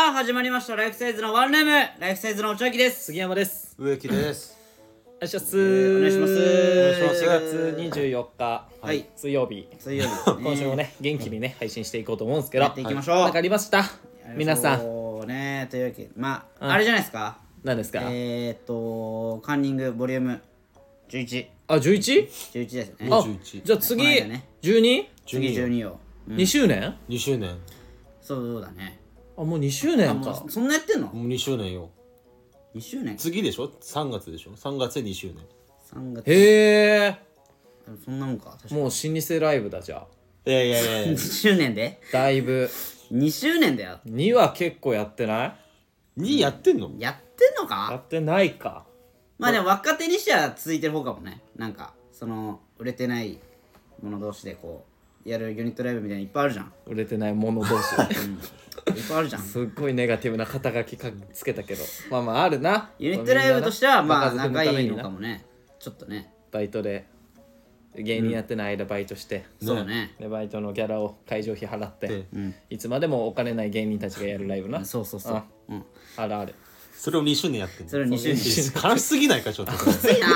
始まりましたライフサイズのワンルーム。ライフサイズのおちょきです。 杉山です。 植木です。 お願いします。 お願いします 4月24日、 はい、 水曜日。 水曜日ですね。 今週もね、元気にね、配信していこうと思うんですけど。 やっていきましょう。 なんかありました皆さん。 そうね、というわけで、あれじゃないですか。 何ですか。 カンニングボリューム11。 あ、11？ 11ですね。 あ、 11 じゃあ次、 この間ね 12？ 次12よ。 2周年？ 2周年。 そうだね。 あ、もう2周年か。 もうそんなやってんのもう2周年よ。 2周年次でしょ ?3 月でしょ ?3 月で2周年。 3月。 へえ。 そんなもんか。確かもう老舗ライブだじゃあ。 いやいやいやいや 2周年でだいぶ。 2周年だよ。 2は結構やってない 2やってんの？ やってんのか。 やってないか。 まあでも若手にしては続いてる方かもね。なんかその売れてない者同士でこうやるユニットライブみたいにいっぱいあるじゃん。 売れてない者同士。 いっぱいあるじゃん。 すっごいネガティブな肩書きつけたけど、まあまああるな。 ユニットライブとしてはまあ場数踏む仲いいためになのかもね。ちょっとね。 バイトで芸人やってない間バイトして、 そうね。 でバイトのギャラを会場費払ってで、 いつまでもお金ない芸人たちがやるライブな。 そうそうそう。うん。 あるある。 それを2周年やってんの？ それを2周年。 悲しすぎないかちょっと。 きついな。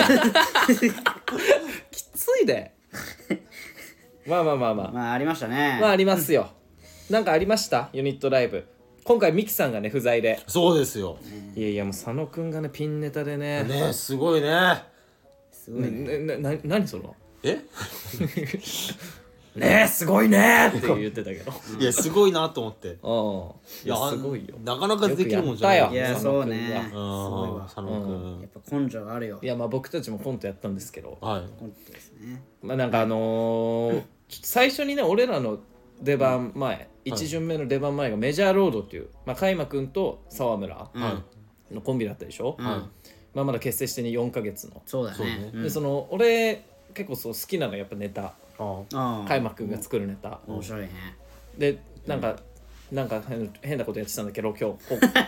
きついで。まあまあまあまあ。 まあありましたね。 まあありますよ。なんかありましたユニットライブ。今回ミキさんがね不在で。 そうですよ。 いやいやもう佐野くんがねピンネタでね。 ねえ、すごいね。 すごいね。 何そのえねえすごいねって言ってたけど。 いや、すごいなと思って。 いやすごいよ。 なかなかできるもんじゃないよくやったよいやそうね。すうんごいわ。 佐野くん。 やっぱ根性があるよ。 いやまあ僕たちもコントやったんですけど、 はい。 コントですね。 まあなんかちょっと最初にね俺らの出番前、一巡目の出番前がメジャーロードっていう、まあ海馬くんと沢村のコンビだったでしょ。まあまだ結成してね4ヶ月の。 そうだね。 でその俺結構そう好きなのやっぱネタ。 ああ海馬くんが作るネタ。 面白いね。 でなんか変なことやってたんだけど今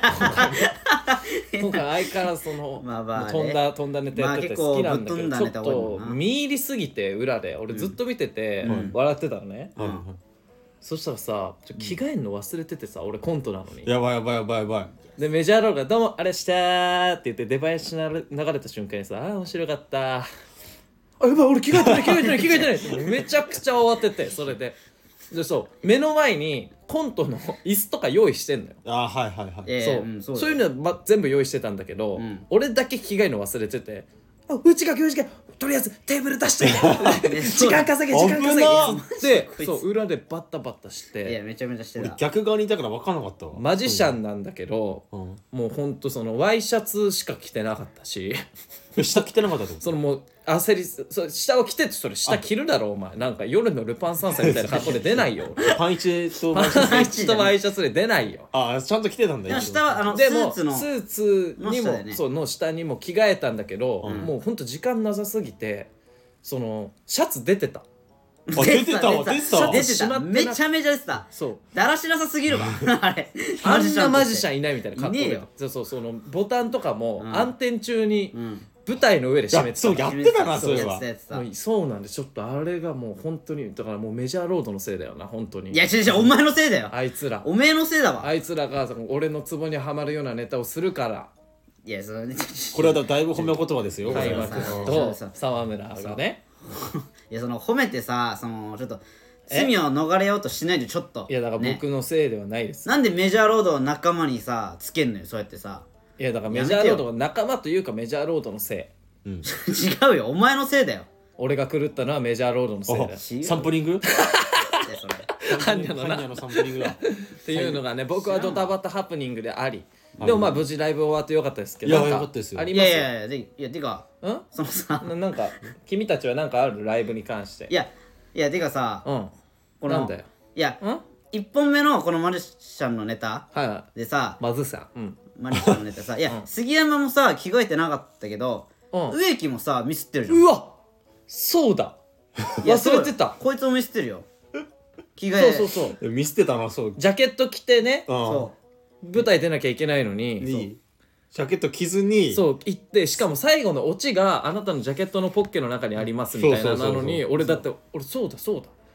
回相変わらずその、 まあまあね飛んだネタやっててまあ好きなんだけど、ちょっ結構ぶっ飛んだネタ多いもんなと見入りすぎて裏で俺ずっと見てて、笑ってたのね、 はいはい。 そしたらさ着替えんの忘れててさ俺コントなのに、 やばいやばいやばいやばい。 でメジャーローが「どうもあれしたー」って言って出囃子流れた瞬間にさ「あー面白かったー」あやばい俺着替えてないってめちゃくちゃ終わっててそれでそう目の前にコントの椅子とか用意してんのよ。 はいはいはい。 そういうのは、全部用意してたんだけど、俺だけ着替えるの忘れてて「あうちがとりあえずテーブル出しといて時間稼げ危なでそう裏でバタバタしいやてめちゃめちゃしてた。 逆側にいたから分かんなかったわ。 マジシャンなんだけど、もうほんとそのワイシャツしか着てなかったし下着てなかったってこと？ そのもう焦りそ下を着てってそれ下着るだろお前なんか夜のルパン三世みたいな格好で出ないよパンイチとパンイチとワイシャツで出ないよ。 ちゃんと着てたんだよ。 下はでもスーツのスーツにもの下だよねそうの下にも着替えたんだけど、もうほんと時間なさすぎてそのシャツ出てた。 出てたわ出てたわ。 出てた。 しまってなめちゃめちちゃ出てた。 そうだらしなさすぎるわ。あれ。 あんなマジシンャンいないみたいな格好でいねえよそうそのボタンとかも暗転中に舞台の上でいや締めてたそうやってたなそういえば。 やってた。 もうそうなんでちょっとあれがもう本当にだからもうメジャーロードのせいだよな本当に。 いや違うお前のせいだよ。 あいつらおめえのせいだわ。 あいつらが俺のツボにはまるようなネタをするからいやそれこれはだいぶ褒め言葉ですよ。 開幕とそう沢村がねいやその褒めてさそのちょっと罪を逃れようとしないでちょっと。 いやだから僕のせいではないです、 なんでメジャーロードを仲間にさつけんのよそうやってさ。 いやだからメジャーロードが仲間というかメジャーロードのせい。 違うよお前のせいだよ。 俺が狂ったのはメジャーロードのせいだよ違うサンプリング？ いやそれ般若のな般若のサンプリングだ。 っていうのがね僕はドタバタハプニングでありでもまあ無事ライブ終わってよかったですけどいやなんよかったですよありますいやいやいやてかうんそのさなんか君たちはなんかあるライブに関していやてかさうんこのなんだよいやうん 1本目のこのマジシャンのネタはでさいまずさうんマジシャンのネタさいや杉山もさ着替えてなかったけどうん植木もさミスってるじゃん。 うわそうだいや忘れてたこいつもミスってるよ着替えそうそうそう見捨てたなそう。 ジャケット着てねそ舞台出なきゃいけないのにいいジャケット着ずに。 そう行ってしかも最後のオチがあなたのジャケットのポッケの中にありますみたいなそうそうそうそうなのに俺だって俺そうだ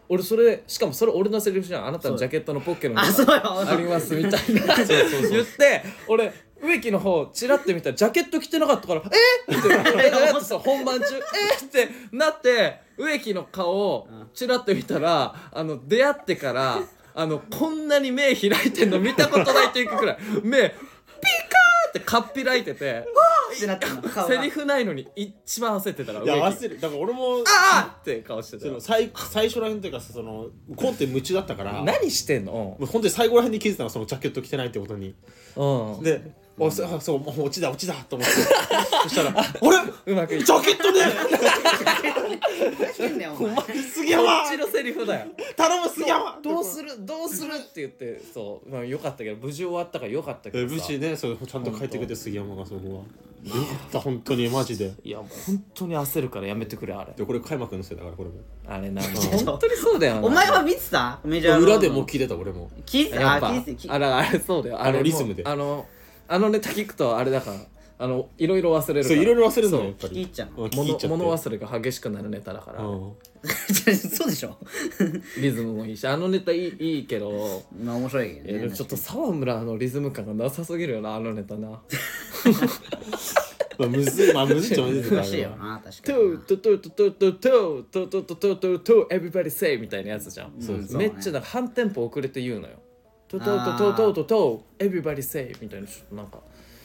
俺それしかもそれ俺のセリフじゃん、あなたのジャケットのポッケのあそうよありますみたいな言って俺植木の方チラって見たらジャケット着てなかったからってさ本番中ってなって植木の顔をチラって見たら出会ってからこんなに目開いてんの見たことないっていうくらい目ピカーってかっぴらいててってなってんの顔がセリフないのに一番焦ってたからいや植木焦るだから俺もあーって顔してたよ最初らへんというかそのコンテ夢中だったから何してんのもう本当に最後らへんに気づいたのそのジャケット着てないってことにうんでそうもう落ちだと思ってそしたら俺うまくいっジャケットねしてんだよお前杉山こっちのセリフだよ頼む杉山どうするって言ってそうまあよかったけど無事終わったからよかったけどさ無事ねそうちゃんと帰ってくれて杉山がそこはよかった本当にマジでいやもう本当に焦るからやめてくれあれでこれ開幕のせいだからこれもあれな本当にそうだよなお前は見てたメジャーの裏でもう聞いてた俺も聞いてたやっぱ聞いてたあれそうだよあれもリズムであのネタ聞くとあれだからいろいろ忘れるからそういろいろ忘れるのよやっぱり聞いちゃう聞き入っちゃって物忘れが激しくなるネタだからそうでしょリズムもいいしあのネタいいけどまあ面白いけどねちょっと沢村のリズム感がなさすぎるよなあのネタなまあむずいっちゃむずい難しいよな確かトにゥトゥトゥトゥトゥトゥトゥトゥトゥトゥトゥトゥトゥ everybody say みたいなやつじゃんそうねめっちゃなんか半テンポ遅れて言うのよトゥトゥトゥトゥトゥトゥ everybody say みたいなちょっとなんか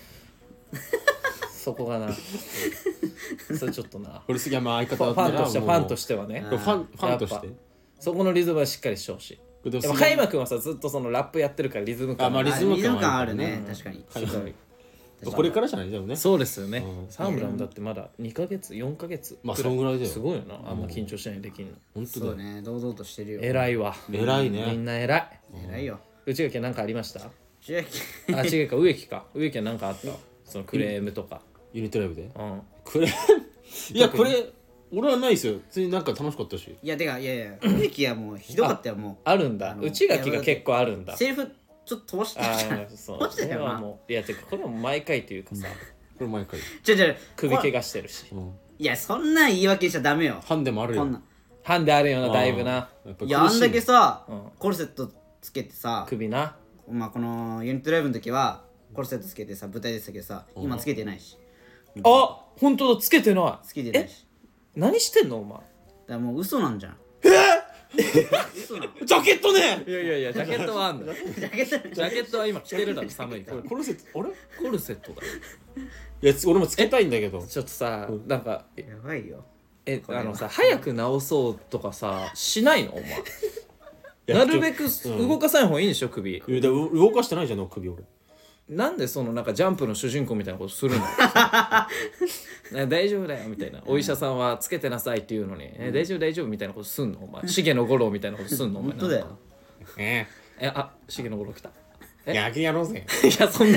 そこがなそれちょっとなこれ杉山相フ方だったらァンとしてはねファンとしてそこのリズムはしっかりしてほしいでも海馬くんはさずっとそのラップやってるからリズム感まあリズム感リズム感あるね確かにすごいこれからじゃないでもねそうですよねうん沢村もだってまだ2ヶ月4ヶ月まあそんぐらいだよすごいよなあんな緊張しないでできんの本当だよそうね堂々としてるよ偉いわ偉いみんねな偉い偉いよ内垣は何かありました千秋あ違うか植木は何かあったそのクレームとかユニットライブでうんこれいやこれ俺はないですよ普通になんか楽しかったしいやてかいや植木はもうひどかったよもあるんだ内垣が結構あるんだうセリフちょっと飛ばしてあたじゃんあそう飛ばしてたよなもういやてかこれはもう毎回というかさこれ毎回違う首怪我してるしいやそんなん言い訳しちゃダメよハンデもあるよこんなんハンデあるよなだいぶなやっぱいやあんだけさうんコルセットつけてさ首なまあこのユニットライブの時はコルセットつけてさ舞台でしたけどさ今つけてないしあ本当だつけてないつけてないし何してんのお前だからもう嘘なんじゃん嘘なんジャケットねいやジャケットはあんだよジャケットジャケットは今着てるだろ寒いからこれセットあれコルセットだよいや俺もつけたいんだけどちょっとさなんかやばいよ早く直そうとかさしないのお前やなるべく動かさない方がいいんでしょ首いや動かしてないじゃん首俺なんでそのなんかジャンプの主人公みたいなことするのね大丈夫だよみたいなお医者さんはつけてなさいって言うのに大丈夫みたいなことすんのお前重野五郎みたいなことすんのお前本当だよえ重野五郎来た野球やろうぜいやそん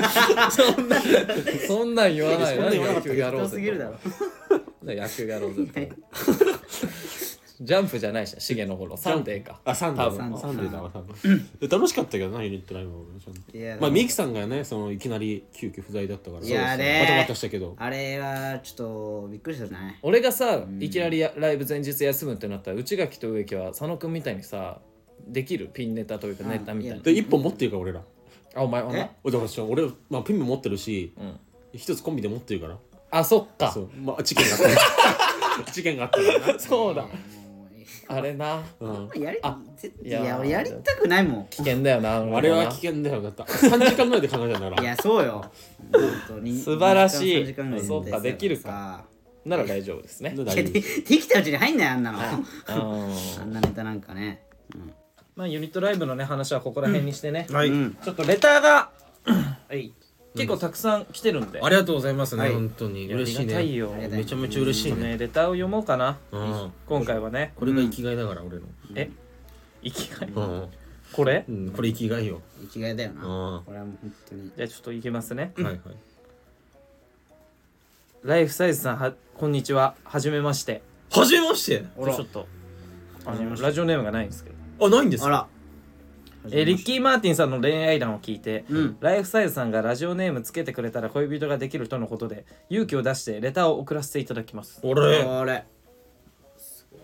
なん言わないよ野球やろうぜすぎるだろ野球やろうぜってジャンプじゃないし重野五郎サンデーかサンデ多分ーサンデーだわ多分で楽しかったけどなユニットライブもちゃんといやまあミキさんがねそのいきなり急遽不在だったからいやそうねバタバタしたけどあれはちょっとびっくりしたね俺がさいきなりライブ前日休むってなったら内垣と植木は佐野くんみたいにさできるピンネタというかネタみたいなで一本持ってるから俺らお前え俺まあピンも持ってるしうん一つコンビで持ってるからあそっかそうまあ事件があった事件があったからなそうだもあれなうんうやりいやいや俺やりたくないもん危険だよなあれは危険だよだった3時間ぐらいで考えたんだからいやそうよ本当に素晴らしい 2時間3時間ぐらいそうかできるかさなら大丈夫ですね大丈夫いやできたうちに入んないあんなのうんあんなネタなんかねまあユニットライブのね話はここら辺にしてねはいちょっとレターがはい結構たくさん来てるんでありがとうございますね、 はい本当にいや嬉しいありがたいねよめちゃめちゃ嬉しいね、 レターを読もうかなうん、 今回はねこれが生きがいだから俺のえ生きがいうん、 これうん、これ生きがいよ生きがいだよなうんこれはもう本当にじゃあちょっといきますねはいはいライフサイズさんはこんにちははじめましてはじめましてあらちょっとラジオネームがないんですけどあないんですかあらリッキー・マーティンさんの恋愛談を聞いて、 うんライフサイズさんがラジオネームつけてくれたら恋人ができるとのことで勇気を出してレターを送らせていただきます俺これ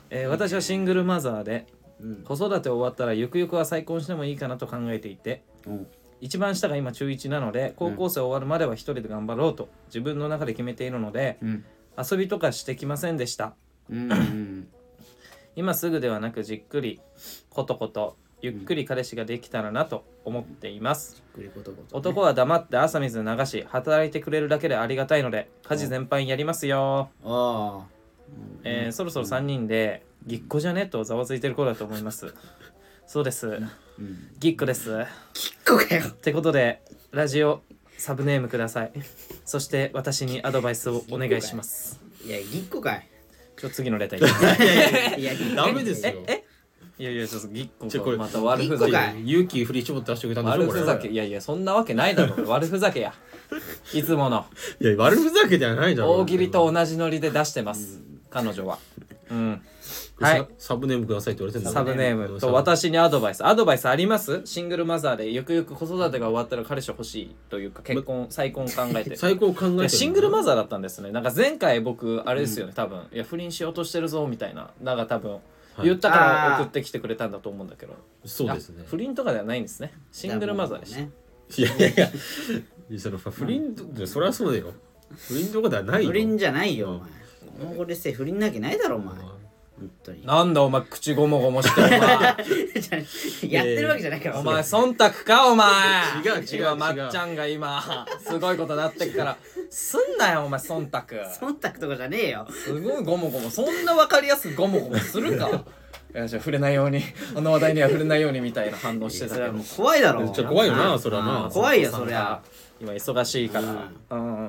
私はシングルマザーでうん子育て終わったらゆくゆくは再婚してもいいかなと考えていて、 うん一番下が今中1なので高校生終わるまでは一人で頑張ろうと自分の中で決めているので、 うん遊びとかしてきませんでした。 うん今すぐではなくじっくりことことゆっくり彼氏ができたらなと思っています。 くりことことね男は黙って朝水流し働いてくれるだけでありがたいので家事全般やりますよ。 あそろそろ3人でぎっこじゃねとざわついてる頃だと思います。そうです、 あうんぎっこです。 こかよってことでラジオサブネームください。そして私にアドバイスをお願いします。 いやぎっこかい次のレターいやダメですよいやいやちょっとぎっここれがまた悪ふざけぎっこか勇気振り絞って出してくれたんでしょ悪ふざけこいやいやそんなわけないだろ悪ふざけやいつものれいや悪ふざけではないだろ大喜利と同じノリで出してます彼女は。はいサブネームくださいって言われてんだサブネームと私にアドバイスあります？シングルマザーでゆくゆく子育てが終わったら彼氏欲しいというか結婚再婚考えて最高考えてるシングルマザーだったんですね。なんか前回僕あれですよね、多分いや不倫しようとしてるぞみたいななんか多分言ったから送ってきてくれたんだと思うんだけど、 そうですねあ不倫とかではないんですね。シングルマザーでした。 ねいやいやいやその不倫そりゃそうだよ不倫とかではないよ不倫じゃないよお前もうこれせ不倫なわけないだろお前本当になんだお前口ゴモゴモしてお前やってるわけじゃないからお前忖度かお前違う今まっちゃんが今すごいことなってっからすんなよお前忖度忖度とかじゃねえよすごいゴモゴモそんな分かりやすくゴモゴモするかいやじゃあ触れないようにあの話題には触れないようにみたいな反応してたけどそれはもう怖いだろちょっと怖いよなそれはな怖いよそりゃ今忙しいから、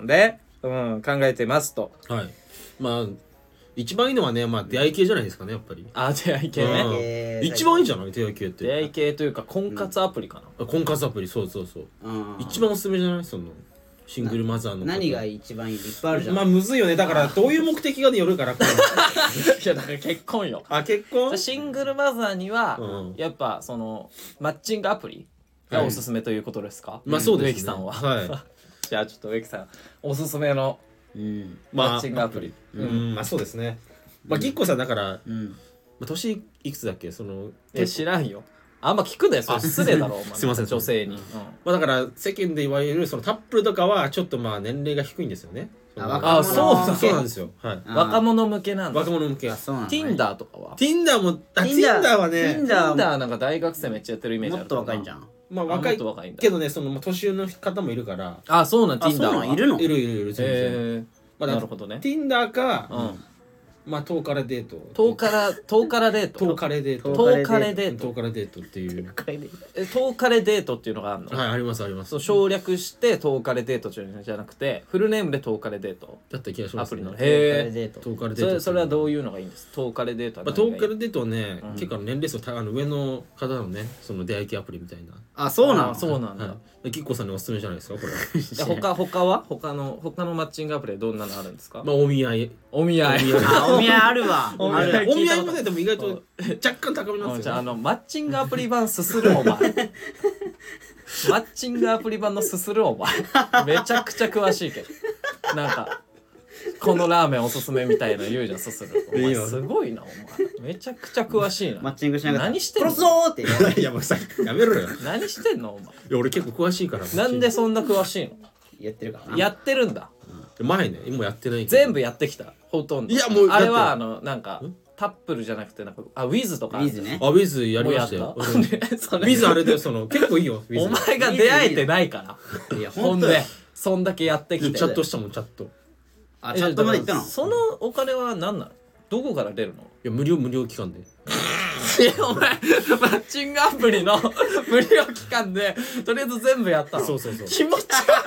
で、考えてますとはいまあ一番いいのはねまあ出会い系じゃないですかねやっぱり出会い系ね、 一番いいんじゃない出会い系って出会い系というか婚活アプリかな、 婚活アプリそう一番おすすめじゃないそのシングルマザーの何が一番いいいっぱいあるじゃんまあむずいよねだからどういう目的がによるからこれいやだから結婚よ結婚シングルマザーには、やっぱそのマッチングアプリがおすすめということですか、 まあそうですね植木さんは、 はじゃあちょっと植木さんおすすめのマッチングアプリ、 まあそうですねまあぎっこさんだからうん年いくつだっけその知らんよあんま聞くでそれ失礼だろお前すいません女性に、 まあだから世間でいわゆるそのタップルとかはちょっとまあ年齢が低いんですよねあそうなんですよはい若者向けなんだ。 若者向けそうなのね Tinder とかは Tinder もTinder はね Tinder なんか大学生めっちゃやってるイメージあるもっと若いんじゃんまあ若いもっと若いんだけどねその年上の方もいるからあそうなん Tinder そうなはのいるのいる全然まあなるほどね Tinder かうんまあ10からデート 10からデート 10からデート 10からデート 10からデートっていう 10からデートっていうのがあるの、 はいありますありますそう省略して10からデートじゃなくてフルネームで10からデートだった気がしますアプリのへへデート 10からデートそれはどういうのがいいんです10からデートはまあ何がいい 10からデートはね結構年齢層上の方のねその出会い系アプリみたいなあそうなのそうなんだ、 はいキッコさんにおすすめじゃないですかこれ他は他のマッチングアプリでどんなのあるんですか、 まあお見合いお見合いあお見合いあるわお見合いあるお見合いもねでも意外と若干高めなんですじゃよあマッチングアプリ版すするお前マッチングアプリ版のすするお前めちゃくちゃ詳しいけどなんかこのラーメンおすすめみたいな言うじゃんすするお前いいよすごいなお前めちゃくちゃ詳しいなマッチングしながら何してんの殺そうって言ういやもうさやめろよい何してんのお前や俺結構詳しいからなんでそんな詳しいのやってるからなやってるんだ前ね今やってないけど全部やってきたほとんどいやもうあれはだなんかタップルじゃなくてなんかウィズとかウィズねあウィズやりましたよもうやったうんそれウィズあれだよその結構いいよウィズお前が出会えてないからいやほんでそんだけやってきてチャットしたもんチャットいあチャットまで行ったのそのお金は何なのどこから出るのや無料期間でお前マッチングアプリの無料期間でとりあえず全部やったのそう気持ち悪いキモい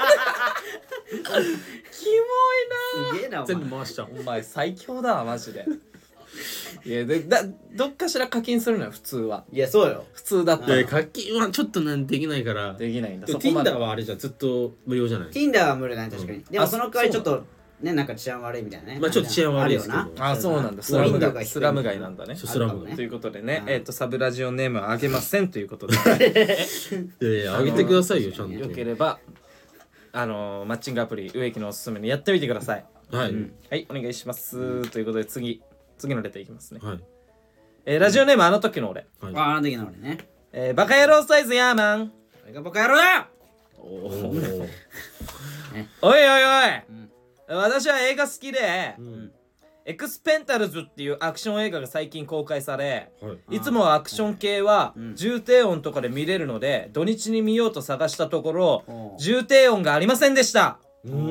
すげえなお前全部回しちゃうなお前最強だわマジでいやどっかしら課金するのよ普通はいやそうよ普通だったら課金はちょっとできないからできないんだでもそこまで Tinder はあれじゃんずっと無料じゃない Tinder は無理だね確かにでもあその代わりちょっとねなんか治安悪いみたいなねまあちょっと治安悪いですけどあるよなあそうなんだスウラムィンドウが低いスラム街なんだねそうスラムねということでねうんサブラジオネームはあげませんということでいやいやあげてくださいよちゃんとよければマッチングアプリ植木のおすすめにやってみてくださいはいはいお願いしますということで次のレターいきますねはいラジオネームあの時の俺、 はいあの時の俺ね。 バカ野郎サイズヤーマン。 それがバカ野郎だ。 おーおいおいおい、私は映画好きで、エクスペンタルズっていうアクション映画が最近公開され、 はいいつもアクション系は重低音とかで見れるので、土日に見ようと探したところ重低音がありませんでした。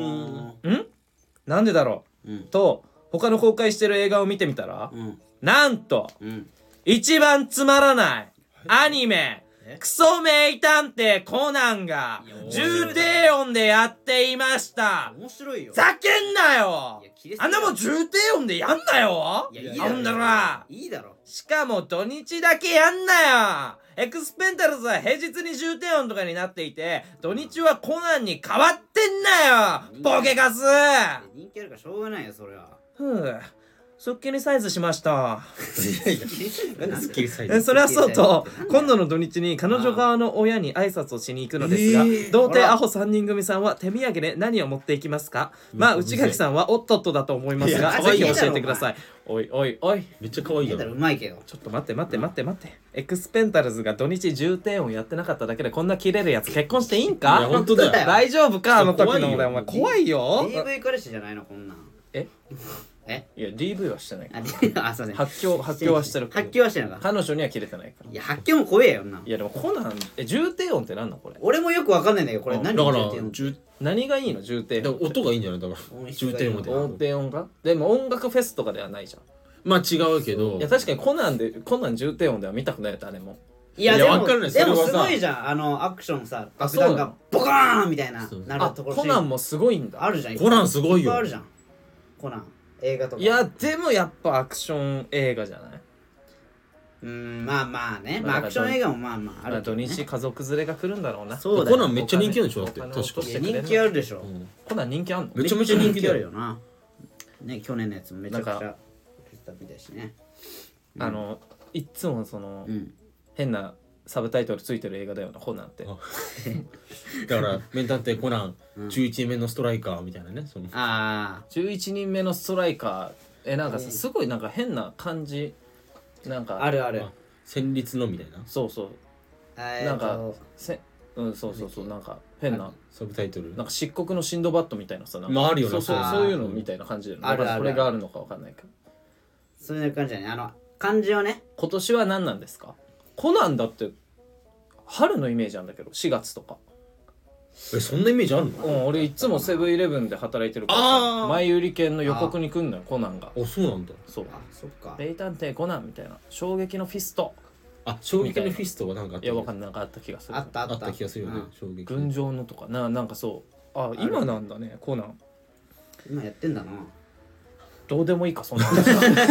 なんでだろう、と他の公開してる映画を見てみたら、なんと一番つまらないアニメクソ名探偵コナンが重低音でやっていました。 面白いよ。 ざけんなよ。 いや切れすぎだあんなもん重低音でやんなよ。 いや、いいあんだろ。 いいだろ。 しかも土日だけやんなよ。エクスペンタルズは平日に重低音とかになっていて、土日はコナンに変わってんなよ。ボケカス。 人気あるからしょうがないよ、それは。 そっけにサイズしました。 なんでスッキリサイズそれはそうと、今度の土日に彼女側の親に挨拶をしに行くのですが、童貞アホ3人組さんは手土産で何を持っていきますか？まあ内垣さんはおっとっとだと思いますが、ぜひ教えてください。おいおいおい、 めっちゃ可愛いやんだったらうまいけど。 ちょっと待ってエクスペンタルズが土日重低音やってなかっただけでこんなキレるやつ結婚していいんいか？ や本当だよ大丈夫か？あの時の俺、 怖いよお前怖いよ。 AV 彼氏じゃないの、こんなん。 ええいや DV はしてないかあ、 ら。 あ、すいません。 発狂はしてる。 発狂はしてんのか。 彼女には切れてないから。 いや、発狂も怖えよ、んなん。 いやでもコナン重低音って何なのこれ？ 俺もよくわかんないんだけど、これ何だから言ってんの何がいいの重低音？ 音がいいんじゃないだから重低音で音低音が？でも音楽フェスとかではないじゃん。 まあ違うけどいや確かにコナン重低音では見たくないよ誰も。 いや、 いやでも、 わかんないでもそれはさすごいじゃん。アクションさ、爆そうなの弾がボカーンみたいなそう、 なるあところコナンもすごいんだ。 あるじゃん。 コナンすごいよっぱあるじゃん。コナン。映画とか。 いやでもやっぱアクション映画じゃない？ まあまあね。まあ、 まあアクション映画もまあまああるけどね。 土日家族連れが来るんだろうな。 そうだよ。 コナンめっちゃ人気なんでしょだってお金確かいや落としてくれる人気あるでしょ。 コナン人気あんの？ めちゃめちゃ人気だよあるよな。ね、去年のやつもめちゃくちゃ出てたみたいしね。 いっつもそのうん。 変なサブタイトルついてる映画だよなコナンって。 だから名探偵コナン11人目のストライカーみたいなねそのあ 11人目のストライカーなんかさすごいなんか変な感じなんあ、 かあるある。 戦慄のみたいなそうそうなんかそうなんか変なサブタイトルなんか漆黒のシンドバッドみたいなさなんかまああるよなそういうのみたいな感じであるあるこれがあるのかわかんないけどそういう感じだね。漢字をね。 今年は何なんですか？コナンだって春のイメージなんだけど4月とかそんなイメージあるの俺いつもセブンイレブンで働いてるからあー前売り券の予告に来んのよコナンがあそうなんだそうあ、そっか。 名探偵コナンみたいな衝撃のフィストあ衝撃のフィストがなんかあったいやわかんないなんかあった気がするあったあった。 あった気がするよね衝撃群青のとかなんかそう今なんだねコナン今やってんだな。 どうでもいいかそんな話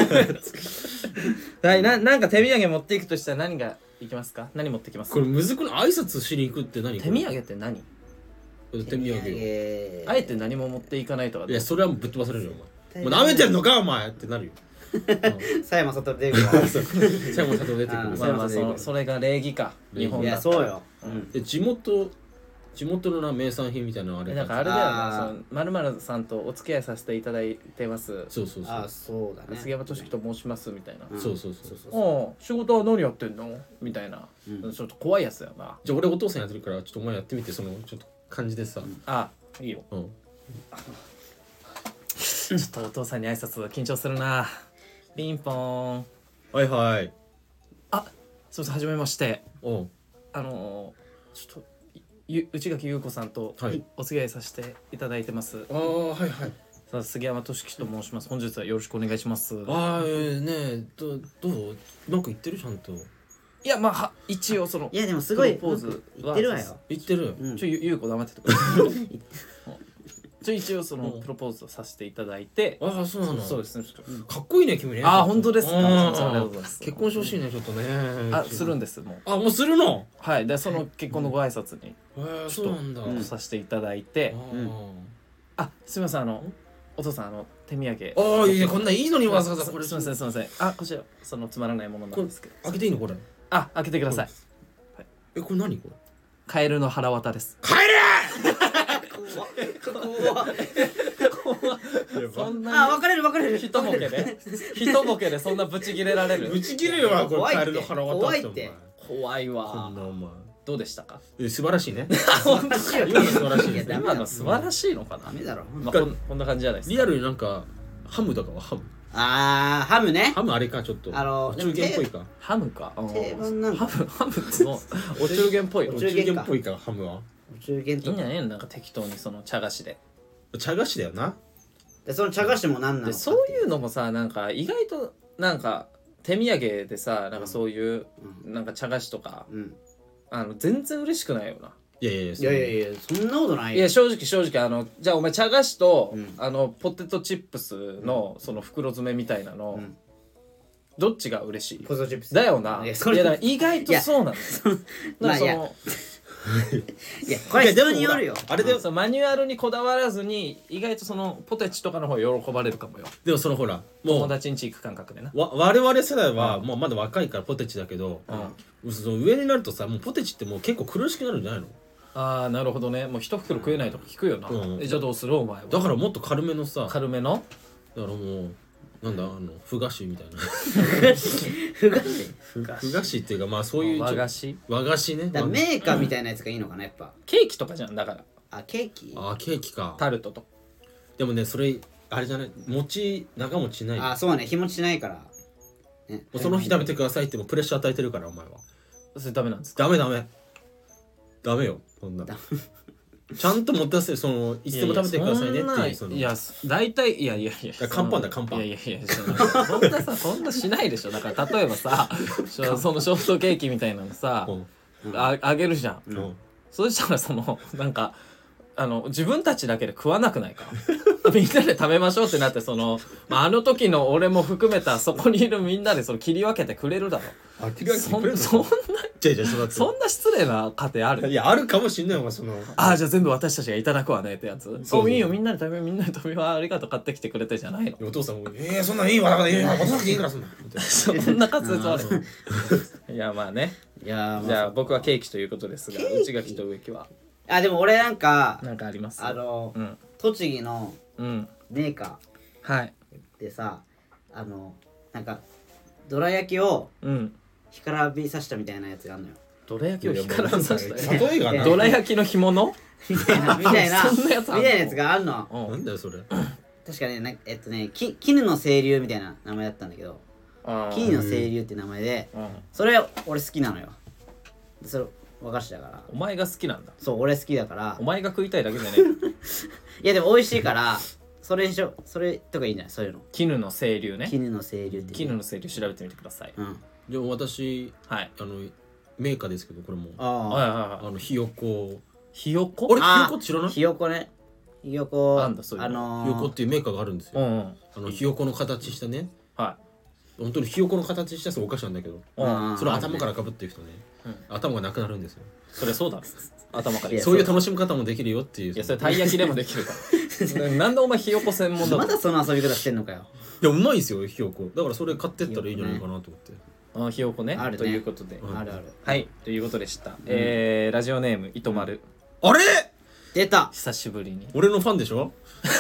なんか手土産持っていくとしたら何がいきますか？何持ってきますか？ これむずくない挨拶しに行くって何手土産って何？ 手土産あえて何も持っていかないとかいやそれはもうぶっ飛ばされるよお前手土産もう舐めてんのかお前ってなるよ佐山悟出てくるから。 最後佐藤出てくるまあそれが礼儀か日本いや、 だったらそうよ。 で地元のな名産品みたいなのあれなんかあれだよなあーその〇〇さんとお付き合いさせていただいてますそうそうそうあ、そうだね。 杉山俊樹と申しますみたいなそうそうそう仕事は何やってんのみたいなちょっと怖いやつだよなじゃあ俺お父さんやってるからちょっとお前やってみてそのちょっと感じでさいいようんちょっとお父さんに挨拶緊張するなピンポーンはいはいすいませんはじめましておうちょっと内垣優子さんとはいお付き合いさせていただいてますああはいはいさあ杉山俊樹と申します本日はよろしくお願いしますああねえどうなんか言ってるちゃんといやまあ一応そのいや、でもすごい、 プロポーズ言ってるわよ。 言ってるうん優子黙っててください一応そのプロポーズをさせていただいてああそうなのそうですねかっこいいね君ね本当ですかあーありがとうございます結婚してほしいねちょっとねするんですもうあもうするのはいでその結婚のご挨拶にそうなんださせていただいてすみませんお父さん手土産ああいいねこんないいのにわざわざこれすみませんこちらそのつまらないものなんですけど開けていいのこれ開けてくださいこれ何これカエルの腹渡です帰れ怖っ。 そんなあ別れる別れる一ボケでそんなブチギレられるぶち切れるわこれ怖いってカエルの腹渡ってお前怖いこんわなお前どうでしたか素晴らしいね素晴らしいよ今の素晴らしいいやダメだ今の素晴らしいのかなダメだろまあこんな感じじゃないですかリアルになんかハムとかはハムハムねハムあれかちょっとお中元っぽいかハムか定番なんかハムってもうお中元っぽいよいお中元っぽいかハムはお中元いんとかじゃねえのなんか適当にその茶菓子で茶菓子だよなでその茶菓子も何なのかでそういうのもさなんか意外となんか手土産でさなんかそういうなんか茶菓子とかうん全然嬉しくないよな。 いやいやいやいやいやそんなことないよいや正直じゃあお前茶菓子と、 うんポテトチップスのその袋詰めみたいなの、 うんどっちが嬉しいポテトチップスだよないやそれだから意外とそうなんですよまあいやいやこれ人によるよあれでそうマニュアルにこだわらずに意外とそのポテチとかの方が喜ばれるかもよでもそのほらも友う達ん家行く感覚でな我々世代はもうまだ若いからポテチだけどうんその上になるとさもうポテチってもう結構苦しくなるんじゃないのああなるほどねもう一袋食えないとか聞くよな、 うんじゃあどうするお前はだからもっと軽めのさ軽めのだからもうなんだふ菓子みたいなふがしふ菓子っていうかまあそういう和菓子和菓子ねだからメーカーみたいなやつがいいのかなやっぱケーキとかじゃんだからあケーキあケーキかタルトとでもねそれあれじゃない長持ちないもあそうね日持ちしないからねうその日食べてくださいってもうプレッシャー与えてるからお前はそれダメなんですかダメよそんなちゃんと持たせそのいつでも食べてくださいねっていうそのいや大体いや乾パンだ乾パンいやそんなしないでしょだから例えばさそのショートケーキみたいなのさあげるじゃんうんそしたらそのなんか自分たちだけで食わなくないかみんなで食べましょうってなってあの時の俺も含めたそこにいるみんなでその切り分けてくれるだろあ切り分けてくれるのそんなそそんな失礼な家庭あるいやあるかもしんないお前そのああじゃあ全部私たちがいただくわねってやつそういいよみんなで食べようみんなで食べようありがとう買ってきてくれてじゃないのお父さんもそんなんいいわだから渡さなくていいからそんなみたいなそんな滑舌悪いいやまあねいやじゃあ僕はケーキということですが内垣と植木はでも俺なんか何かあります栃木のうんメーカはいーでさなんかどら焼きをうん干からびさしたみたいなやつがあるのよどら焼きを火からさした例えがなどら焼きの干物みたいなみたいなそんなやつあんのみたいなやつがあるのうんなんだよそれ確かね絹の清流みたいな名前だったんだけどあー絹の清流って名前でうんそれ俺好きなのよそれ和菓子だからお前が好きなんだそう俺好きだからお前が食いたいだけじゃねえいやでも美味しいからそれにしようそれとかいいんじゃないそういうの絹の清流ね絹の清流って絹の清流調べてみてくださいうんでも私はいメーカーですけどこれもはいあはいはいひよこひよこ俺ひあよこって知らないひよこねひよこなんだそういうのひよこっていうメーカーがあるんですようんひよこの形したねは本当にひよこの形したお菓子なんだけどいうんそれを頭からかぶっていくとね頭がなくなるんですよそれそうだろ頭からいやそういう楽しみ方もできるよっていういやそれたい焼きでもできるからなんでお前ひよこ専門だとまだその遊び方してんのかよいやうまいですよひよこだからそれ買ってったらいいんじゃないかなと思ってあひよこねあるねということでうんあるあるはいということでしたラジオネーム糸丸あれ出た久しぶりに俺のファンでしょ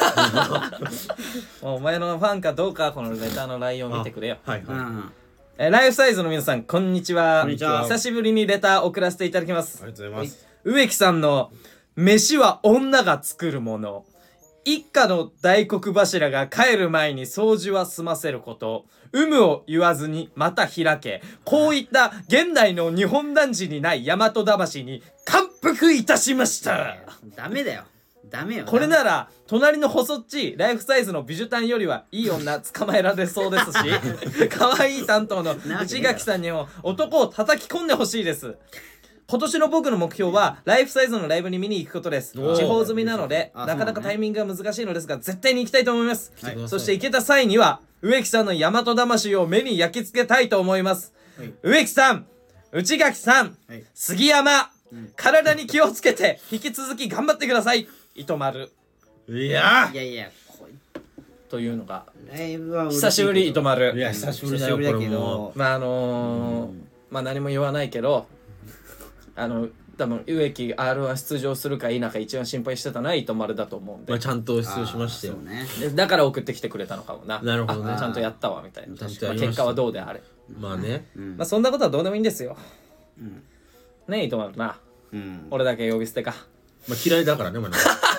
お前のファンかどうかこのレターの内容を見てくれようはいはいんライフサイズの皆さんこんにちはこんにちは久しぶりにレター送らせていただきますありがとうございます植木さんの飯は女が作るもの一家の大黒柱が帰る前に掃除は済ませること有無を言わずにまた開けこういった現代の日本男児にない大和魂に感服いたしましたダメだよダメよこれなら隣の細っちいライフサイズの美女担よりはいい女捕まえられそうですし可愛い担当の内垣さんにも男を叩き込んでほしいです今年の僕の目標はライフサイズのライブに見に行くことですおー地方済みなのであなかなかタイミングが難しいのですが絶対に行きたいと思います来てくださいそして行けた際には植木さんの大和魂を目に焼き付けたいと思いますはい植木さん内垣さんはい杉山体に気をつけて引き続き頑張ってください糸丸いやいやいやこというのがライブは嬉しい久しぶり糸丸いや久しぶりだよこれ久しぶりだけどもまあ何も言わないけど多分植木 R1 出場するか否か一番心配してたのは糸丸だと思うんで、 まあちゃんと出場しましたよそうねでだから送ってきてくれたのかもな。 なるほどねあちゃんとやったわみたいな。 ちゃんとやりました結果はどうであれ、 まあねまあそんなことはどうでもいいんですよ、ねえ糸丸な、 うん俺だけ呼び捨てか。 まあ嫌いだからねお前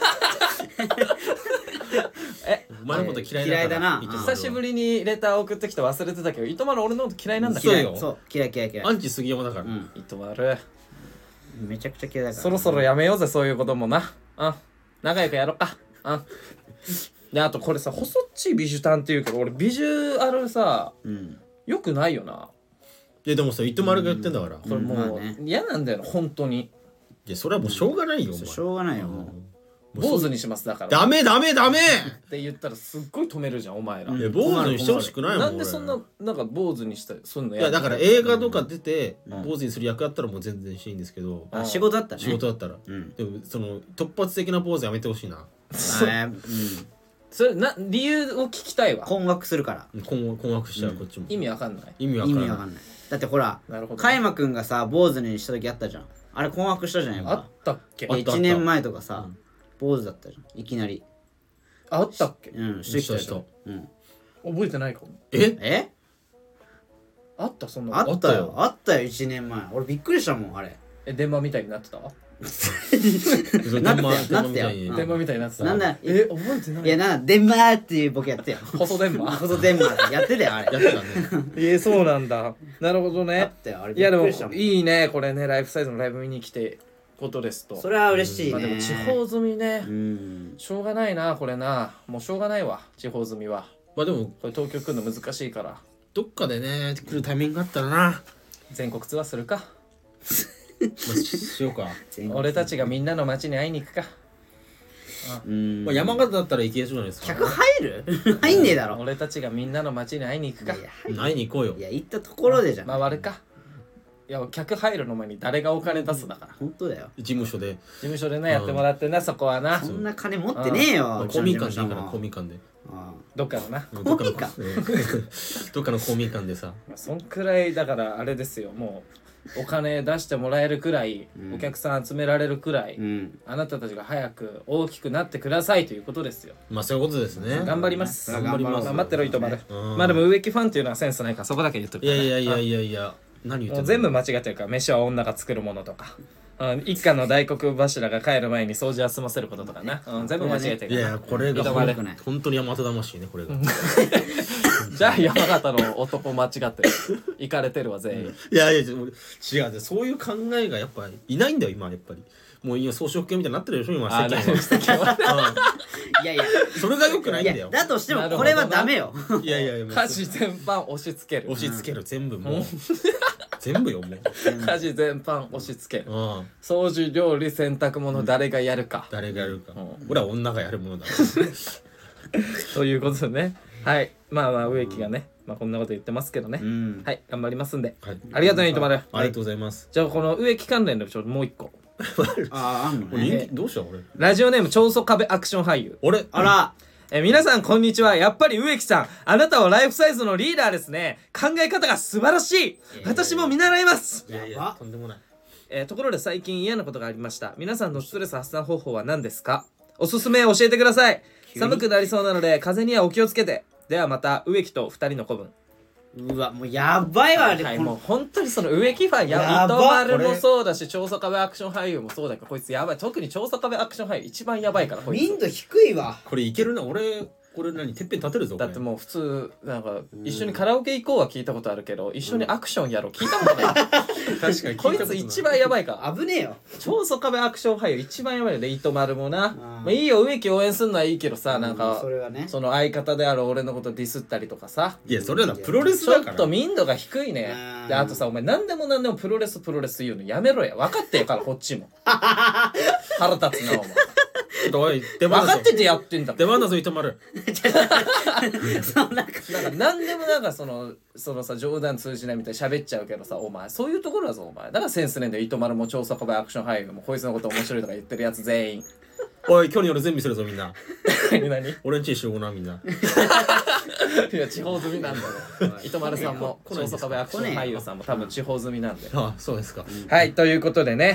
えお前のこと嫌いだから嫌いだな久しぶりにレター送ってきて忘れてたけど糸丸俺のこと嫌いなんだっけそうよそう嫌い嫌い嫌いアンチ杉山だから糸丸めちゃくちゃ嫌いだからそろそろやめようぜそういうこともな。うん仲良くやろっか。うんであとこれさ細っちいビジュタンっていうけど俺ビジュアルさうんよくないよな。 でもさ糸丸が言ってんだからこれもうまあね嫌なんだよな本当に。 いやそれはもうしょうがないよお前しょうがないよも坊主にしますだからダメダメダメって言ったらすっごい止めるじゃんお前ら、 いや坊主にしてほしくないもんなんで俺そんななんか坊主にしたりすんのいやだから映画とか出て坊主にする役だったらもう全然していいんですけどう仕事だったね仕事だったらうんでもその突発的なポーズやめてほしいなそれ理由を聞きたいわ。 困惑するから困惑しちゃうこっちも意味わかんない。 意味わからない意味わかんないだってほらなるほど加山くんがさ坊主にした時あったじゃんあれ困惑したじゃんやっあぱったっけあった 1年前とかさ坊主だったじゃんいきなりあったっけしてきたしたようん覚えてないかも。 えあったそんなあことったよあったよ1年前俺びっくりしたもんあれ電話みたいになってたなってたよ電話みたいになってたなんだ覚えてないいやなんだデンマーっていうボケやってよ細電話細デンマーってやってたよあれやってたねそうなんだ。なるほどあねったよあれいやでもびっくりしたもんいいねこれねライフサイズのライブ見に来てことですと。 それは嬉しいねまあでも地方住みねうんしょうがないなこれな。もうしょうがないわ地方住みは。 まあでもこれ東京来るの難しいからどっかでね来るタイミングがあったらな全国ツアーするか。 まあしようか俺たちがみんなの街に会いに行くか。 うんまあ山形だったら行けそうじゃないですか客入る入んねえだろ俺たちがみんなの街に会いに行くか。 いや会いに行こうよいや行ったところでじゃん回るか。いや客入るの前に誰がお金出すだから本当だよ事務所で事務所でねやってもらってなそこはなそんな金持ってねえよ公民館でいいからう公民館でどっかのな。 どっかの公民館どっかの公民館でさそんくらいだからあれですよもうお金出してもらえるくらい、お客さん集められるくらい、 んあなたたちが早く大きくなってくださいということですよ。 まあそういうことですね頑張ります。 頑張ります頑張ってろ糸丸。 うんまあでも植木ファンっていうのはセンスないからそこだけ言っとくいやいやいやいやいや何言ってんのもう全部間違ってるから飯は女が作るものとか、一家の大黒柱が帰る前に掃除は済ませることとかな、全部間違えてるいからやこれが糸丸本当に大和魂ねこれがじゃあ山形の男間違ってる行かれてるわ全員。 いやいや違うそういう考えがやっぱいないんだよ今やっぱりもう今装飾系みたいになってるでしょ今世間はいやいやそれが良くないんだよだとしてもこれはダメよいやいやいやもう家事全般押し付ける押し付ける全部もう全部よもう家事全般押し付けるうん掃除料理洗濯物誰がやるか、 誰がやるかうん俺は女がやるものだということでねはいまあ植木がね、こんなこと言ってますけどね、 うんはい頑張りますんで、 はいありがとうね糸丸。 ありがとうございますじゃあこの植木関連でちょっともう一個あんの俺ね人気どうした俺ラジオネーム長宗壁アクション俳優。 俺あら皆さんこんにちは。やっぱり植木さんあなたはライフサイズのリーダーですね。考え方が素晴らしい。私も見習います。 いやいやとんでもないところで最近嫌なことがありました。皆さんのストレス発散方法は何ですか？おすすめ教えてください。寒くなりそうなので風にはお気をつけて。ではまた植木と2人の子分。 うわもうやばいわあれはい、 このもう本当にその植木ファンやば糸丸もそうだし長宗壁アクション俳優もそうだけどこいつやばい。特に長宗壁アクション俳優一番やばいからこいつ民度低いわこれいけるな俺これ何てっぺん立てるぞだってもう普通なんか一緒にカラオケ行こうは聞いたことあるけど一緒にアクションやろう聞いたことない確かにこいつ一番やばいから危ねえよ長宗壁アクション俳優一番やばいよね。糸丸もな、 んまあいいよ植木応援すんのはいいけどさ、なんかそれはねその相方である俺のことディスったりとかさいやそれはプロレスちょっだからと民度が低いね。 うんであとさお前何でも何でもプロレス言うのやめろや。分かってるからこっちも腹立つなお前おい出分番だぞかっててやってんだ出番だぞ糸丸そんななんか何でもなんかそのさ冗談通じないみたいに喋っちゃうけどさお前そういうところだぞお前だからセンスねえんだよ。糸丸も長宗壁アクション俳優もこいつのこと面白いとか言ってるやつ全員おい今日の夜全部見せるぞみんな何い俺んちに集合なみんなや地方済みなんだよ糸丸さんも長宗壁アクション俳優さんも多分地方済みなんであそうですかはいということでね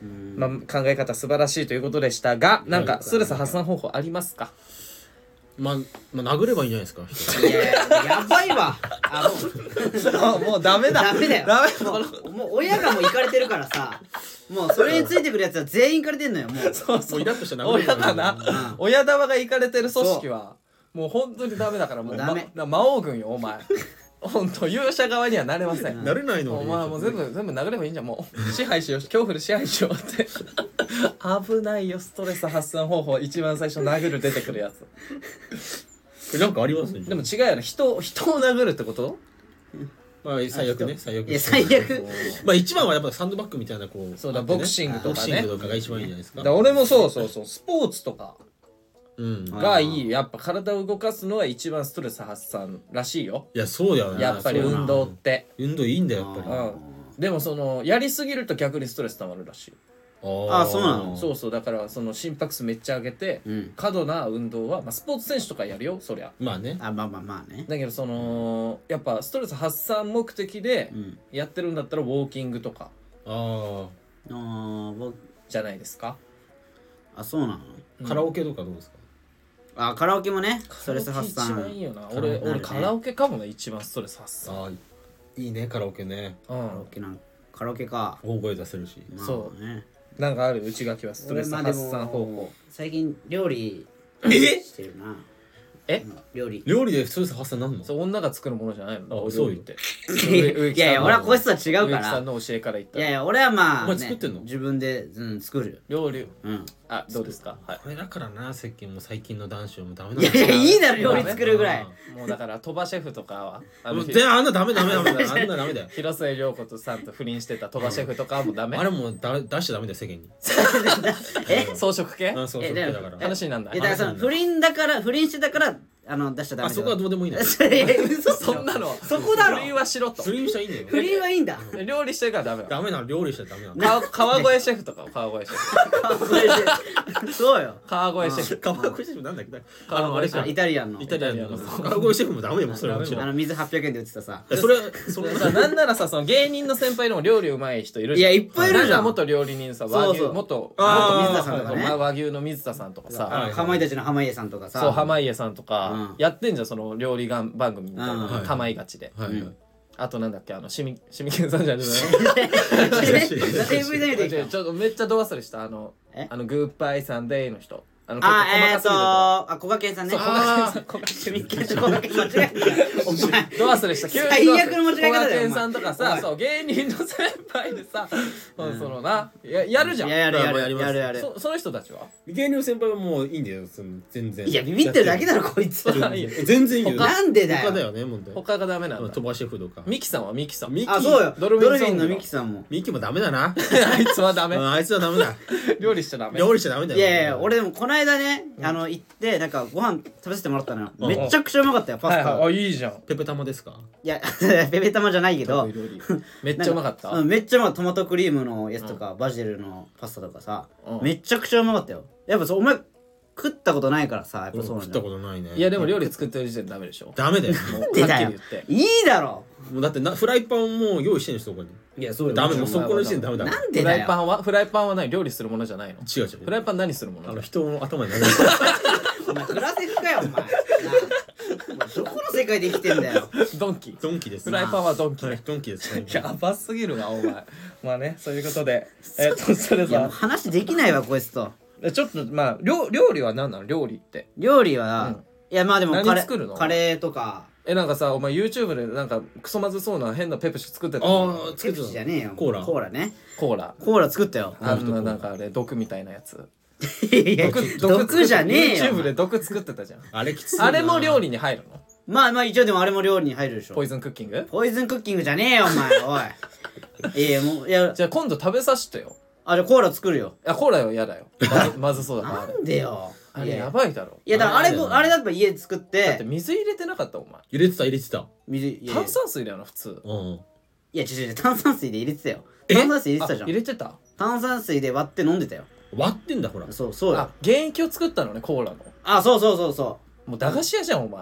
まあ、考え方素晴らしいということでしたが、なんかストレス発散方法ありますか？ まあ殴ればいいんじゃないですか人いややばいわ。 もうダメだダメだよ。 ダメもう親がもう行かれてるからさ、もうそれについてくるやつは全員行かれてんのよ。もうそうそうもうイラッとしたら殴ればいい親がな、親玉が行かれてる組織はもう本当にダメだから、もう、 ダメ魔王軍よお前。本当勇者側にはなれません。 慣れないのお前もう全部殴ればいいんじゃん。もう支配しよう、恐怖で支配しようって危ないよ。ストレス発散方法一番最初殴る出てくるやつ。 なんかありますね。 でも違うよね。人を殴るってこと？ まあ最悪ね、最悪。 いや最悪。 まあ一番はやっぱサンドバッグみたいなこう。 そうだ、ボクシングとボクかね。 シングとかが一番いいんじゃないですか。 だから俺もそうスポーツとかうん。 がいい。やっぱ体を動かすのは一番ストレス発散らしいよ。 いやそうだよね。 やっぱり運動って。 運動いいんだよやっぱり。 うん。でもそのやりすぎると逆にストレス溜まるらしい。 あそうなのそうだからその心拍数めっちゃ上げて、過度な運動は、まあ、スポーツ選手とかやるよそりゃ。 まあね。 まあね。 だけどそのやっぱストレス発散目的でやってるんだったらウォーキングとか僕じゃないですか。 そうなの。 カラオケとかどうですか？ カラオケもね、ストレス発散。 一番いいよな。俺カラオケかもな、一番ストレス発散。 いいねカラオケね。 カラオケか。 大声出せるし。 そうね。 なんかある内垣はストレス発散方法。 最近料理してるな。料理でストレス発散なんの？ そう、女が作るものじゃないの。 そうよって。 いやいや俺はこいつとは違うか植木さら。 んの教えから言ったら。 いやいや俺はまあお前作ってんの？ 自分で作る。 料理。 うん。 どうですか？はい。 これだからな、世間も最近の男子はもうダメいやいやいいだろ料理作るぐらい。 もうだから鳥羽シェフとかはあんなダメあんなダメだよ。 広末涼子とさんと不倫してた鳥羽シェフとかはもうダメ。 あれもう出しちゃダメだよ世間に。 装飾系？ そうそうだから。 話になんだ。 だからその不倫してたから出しちゃダメ。 そこはどうでもいいんだよ。 嘘そんなのそこだろ。 不倫はしろと。 不倫したらいいんだよ。 不倫はいいんだ。 料理してるからダメだ。 ダメなの料理しちゃダメなの。 川越シェフとか川越シェフ。 そうよ。 川越シェフ。 川越シェフなんだっけ？ 川越シェフ。 イタリアンの川越シェフもダメよそれもちろん。 水800円で売ってたさ。 それなんならさ、その芸人の先輩でも料理うまい人いるじゃん。 いやいっぱいいるじゃん。 元料理人さ、和牛元水田さんとかね。 和牛の水田さんとかさ、 かまいたちの濱家さんとかさ。 そう濱家さんとかやってんじゃん、その料理番組みたいな、かまいがちで。あとなんだっけ、しみけんさんじゃない。 AV で見てきた。 ちょっとめっちゃど忘れした。グッバイサンデーの人。 こがけんさんね。こがけん間違えた。お前ど忘れした。 最悪の間違い方だよ。 こがけんさんとかさ、そう芸人の先輩でさ、そのなやるじゃん。 やる。 その人たちは芸人の先輩はもういいんだよ全然。 いやビビってるだけだろこいつ。 全然いいよ。 なんでだよ。 他だよね問題。 他がダメなんだ。 鳥羽シェフとか。 ミキさんはミキさん。 そうよ。ドルフィンのミキん。 さんも。 ミキもダメだな。 あいつはダメ。 あいつはダメだ。 料理しちゃダメ。 料理しちゃダメだよ。 いや俺でもこの間ね行ってなんかご飯食べさせてもらったのよ。めちゃくちゃうまかったよパスタ。 いいじゃん。 ペペ玉ですか？ いやペペ玉じゃないけどめっちゃうまかった。 めっちゃうまかった。トマトクリームのやつとかバジルのパスタとかさめちゃくちゃうまかったよ。やっぱお前食ったことないからさやっぱそうなんだ。 食ったことないね。 いやでも料理作ってる時点でダメでしょ。 ダメだよ。 出たよ。いいだろ。 もうだってフライパンも用意してるんですそこに。 いやそうよ。 ダメもうそこの時点でダメだ。 なんでだよ。 フライパンは何？料理するものじゃないの？ 違う。 フライパン何するもの？ 人の頭に投げる。 お前フラセフかよお前。どこの世界で生きてんだよ。 ドンキです。 フライパンはドンキ。 ドンキですね。 やばすぎるなお前。まあね、そういうことでそれさ話できないわこいつと。 ちょっとまあ料理は何なの？料理って料理はいやまあでも何作るの？ カレーとか。 なんかさお前 YouTube でなんかクソまずそうな変なペプシ作ってた。 ペプシじゃねえよ。 コーラね。 コーラ作ったよ。 なんかあれ毒みたいなやつ。 毒じゃねえよ。 YouTube で毒作ってたじゃん。 あれきつい。 あれも料理に入るの？ まあ一応でもあれも料理に入るでしょ。 ポイズンクッキング？ ポイズンクッキングじゃねえよお前。おい。もうじゃあ今度食べさせてよ。 じゃあコーラ作るよ。 コーラは嫌だよ。まずそうだから。 なんでよ。 あれやばいだろ。 いやだからあれだったら家で作って。 だって水入れてなかったお前。 入れてた。 炭酸水だよな普通。 いや違う炭酸水で入れてたよ。炭酸水入れてたじゃん。 入れてた？ 炭酸水で割って飲んでたよ。 割ってんだほら。 そうよ。 原液を作ったのねコーラの。 そう。 もう駄菓子屋じゃんお前。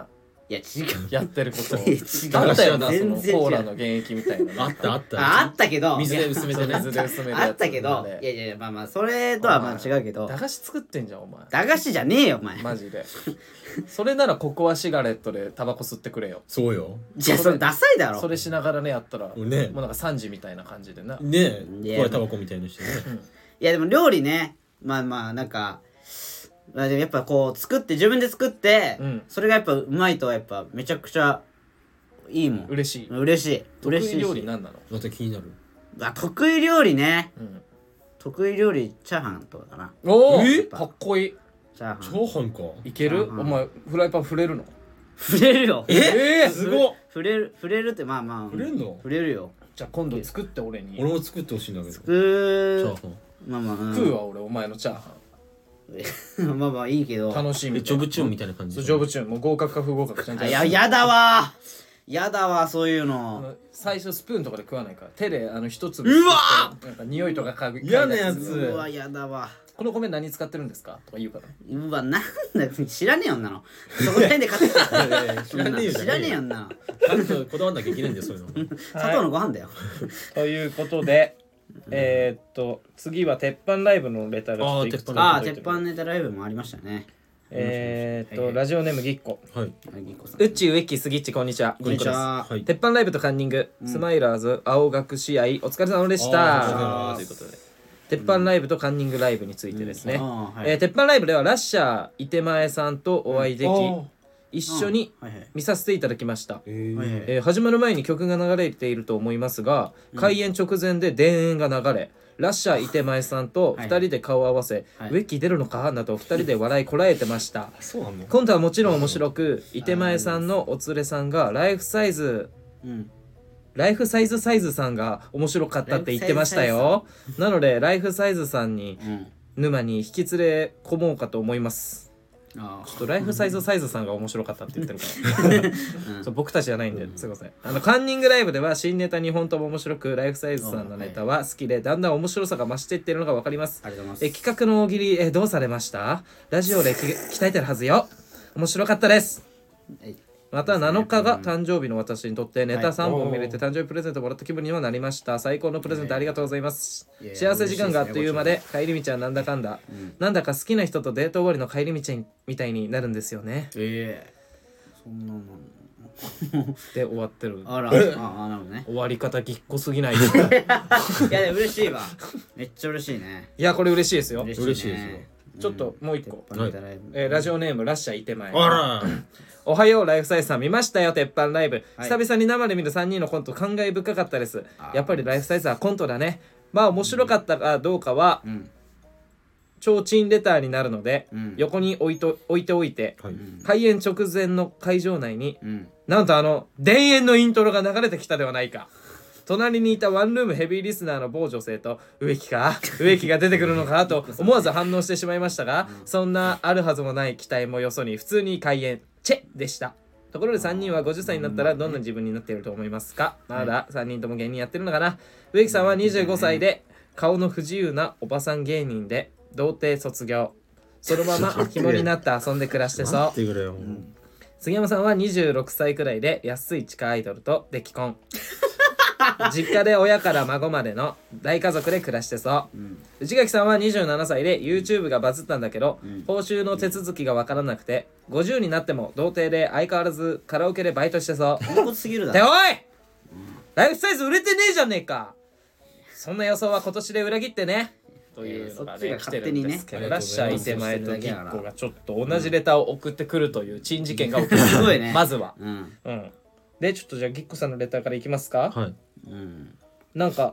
いや違うやってることを違うあったよな、その全然違うコーラの原液みたいなのあったあったけど水で薄めてね水で薄めるあやつったけどいやいやまあまあそれとはまあ違うけど駄菓子作ってんじゃんお前駄菓子じゃねえよお前マジでそれならココアシガレットでタバコ吸ってくれよ。 そうよじゃあそれダサいだろそれしながらねやったらねもうなんか3時みたいな感じでな。 ねいやこれタバコみたいにしてねいやでも料理ねまあまあなんかまあでもやっぱこう作って自分で作って、 うんそれがやっぱうまいとやっぱめちゃくちゃいいもん嬉しい。 嬉しい得嬉しいし意料理なんなの？ また気になるあ得意料理ねうん得意料理チャーハンとかかなおえおかっこいい。 チャーチハンャーハンかいける？ チャーハンお前フライパン触れるの？ 触れるよすごっ触れるってまあまあ触れんの触れるよじゃあ今度作って俺に。 俺も作ってほしいんだけどチ作るャーハンまあまあ、うん、 食うわ俺お前のチャーハまあまあいいけどン。楽しみ。 ジョブチューンみたいな感じそうジョブチューンもう合格か不合格ちゃんとやだわやだわそういうの最初スプーンとかで食わないから手で一つうわなんか匂いとか嗅ぐ嫌なやつうわやだわこの米何使ってるんですかとか言うからうわなんだ知らねえよんなのそこら辺で買ってたいやいや知らねえよじゃ知ないよらねえよんなのちゃんとこだわんなきゃいけないんだよそういうの砂糖のご飯だよということで次は鉄板ライブのレターがちょっといくつかああ鉄届いてる板ネタライブもありましたねラジオネームぎっこはいぎっこさんうっちーウェッキースギッチこんにちはこんにちぎっこははい鉄板ライブとカンニング、スマイラーズ青学試合お疲れ様でしたあーということで鉄板ライブとカンニングライブについてですね、 あーはい鉄板ライブではラッシャー伊手前さんとお会いでき、一緒にはいはい見させていただきました、 はいはい始まる前に曲が流れていると思いますが、開演直前で田園が流れラッシャー伊手前さんと2人で顔を合わせ、 はいウェッキー出るのかなど2人で笑いこらえてましたそうなの今度はもちろん面白く伊手前さんのお連れさんがライフサイズサイズさんが面白かったって言ってましたよなのでライフサイズさんにうん沼に引き連れ込もうかと思いますあちょっとライフサイズさんが面白かったって言ってるから、そう僕たちじゃないんですいませんカンニングライブでは新ネタ2本とも面白くライフサイズさんのネタは好きでだんだん面白さが増していってるのが分かりますありがとうございます企画の大喜利どうされましたラジオで鍛えてるはずよ面白かったですはいまた7日が誕生日の私にとってネタ3本見れて誕生日プレゼントもらった気分にはなりました最高のプレゼントありがとうございますいやいや幸せ時間があっという間で帰り道はなんだかんだなんだか好きな人とデート終わりの帰り道みたいになるんですよねそんなもんで終わってるあらあなるほどね終わり方ぎっこすぎないいいやでも嬉しいわめっちゃ嬉しいねやこれ嬉しいですよ嬉しいですよちょっともう一個鉄板ネタライブラジオネームラッシャーいてまえあらおはようライフサイズさん見ましたよ鉄板ライブ、 はい久々に生で見る3人のコント感慨深かったですあーやっぱりライフサイズはコントだねまあ面白かったかどうかはうん提灯レターになるので、 うん横に置いておいて、 はい開演直前の会場内にうんなんと田園のイントロが流れてきたではないか隣にいたワンルームヘビーリスナーの某女性と植木が出てくるのかと思わず反応してしまいましたが、そんなあるはずもない期待もよそに普通に開演チェでしたところで3人は50歳になったらどんな自分になっていると思いますかまだ3人とも芸人やってるのかな植木さんは25歳で顔の不自由なおばさん芸人で童貞卒業そのまま紐になって遊んで暮らしてそう待ってくれよ杉山さんは26歳くらいで安い地下アイドルとで既婚実家で親から孫までの大家族で暮らしてそう内垣さんは27歳で YouTube がバズったんだけど、報酬の手続きが分からなくて50になっても童貞で相変わらずカラオケでバイトしてそういいことすぎるだでおろい、ライフサイズ売れてねえじゃねえかそんな予想は今年で裏切ってねというのがねそっちが来てる勝手にねんですけど、ラッシャーいて前とギそうしてるだけだからッコがちょっと同じレターを送ってくるという珍事件が起きるすごいねまずはうんでちょっとじゃあギッコさんのレターからいきますか、 はいうんなんか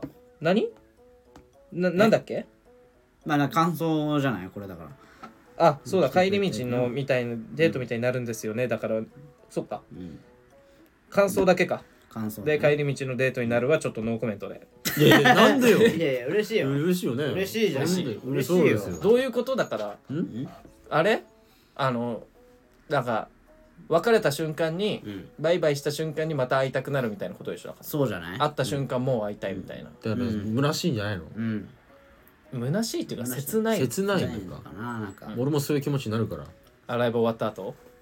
なんだっけまあ感想じゃないこれだからあそうだ帰り道のみたいなデートみたいになるんですよねだからそっかうん感想だけか感想で帰り道のデートになるはちょっとノーコメントでいやいやなんでよいやいや嬉しいよ嬉しいよね嬉しいじゃんなんで嬉しいよそうですよどういうことだからんあれなんか別れた瞬間に、 うんバイバイした瞬間にまた会いたくなるみたいなことでしょそうじゃない会った瞬間もう会いたいみたいな、 だから虚しいんじゃないのうん虚しいっていうか虚しい切ない切ないじゃないのかななんか俺もそういう気持ちになるからライブ終わった後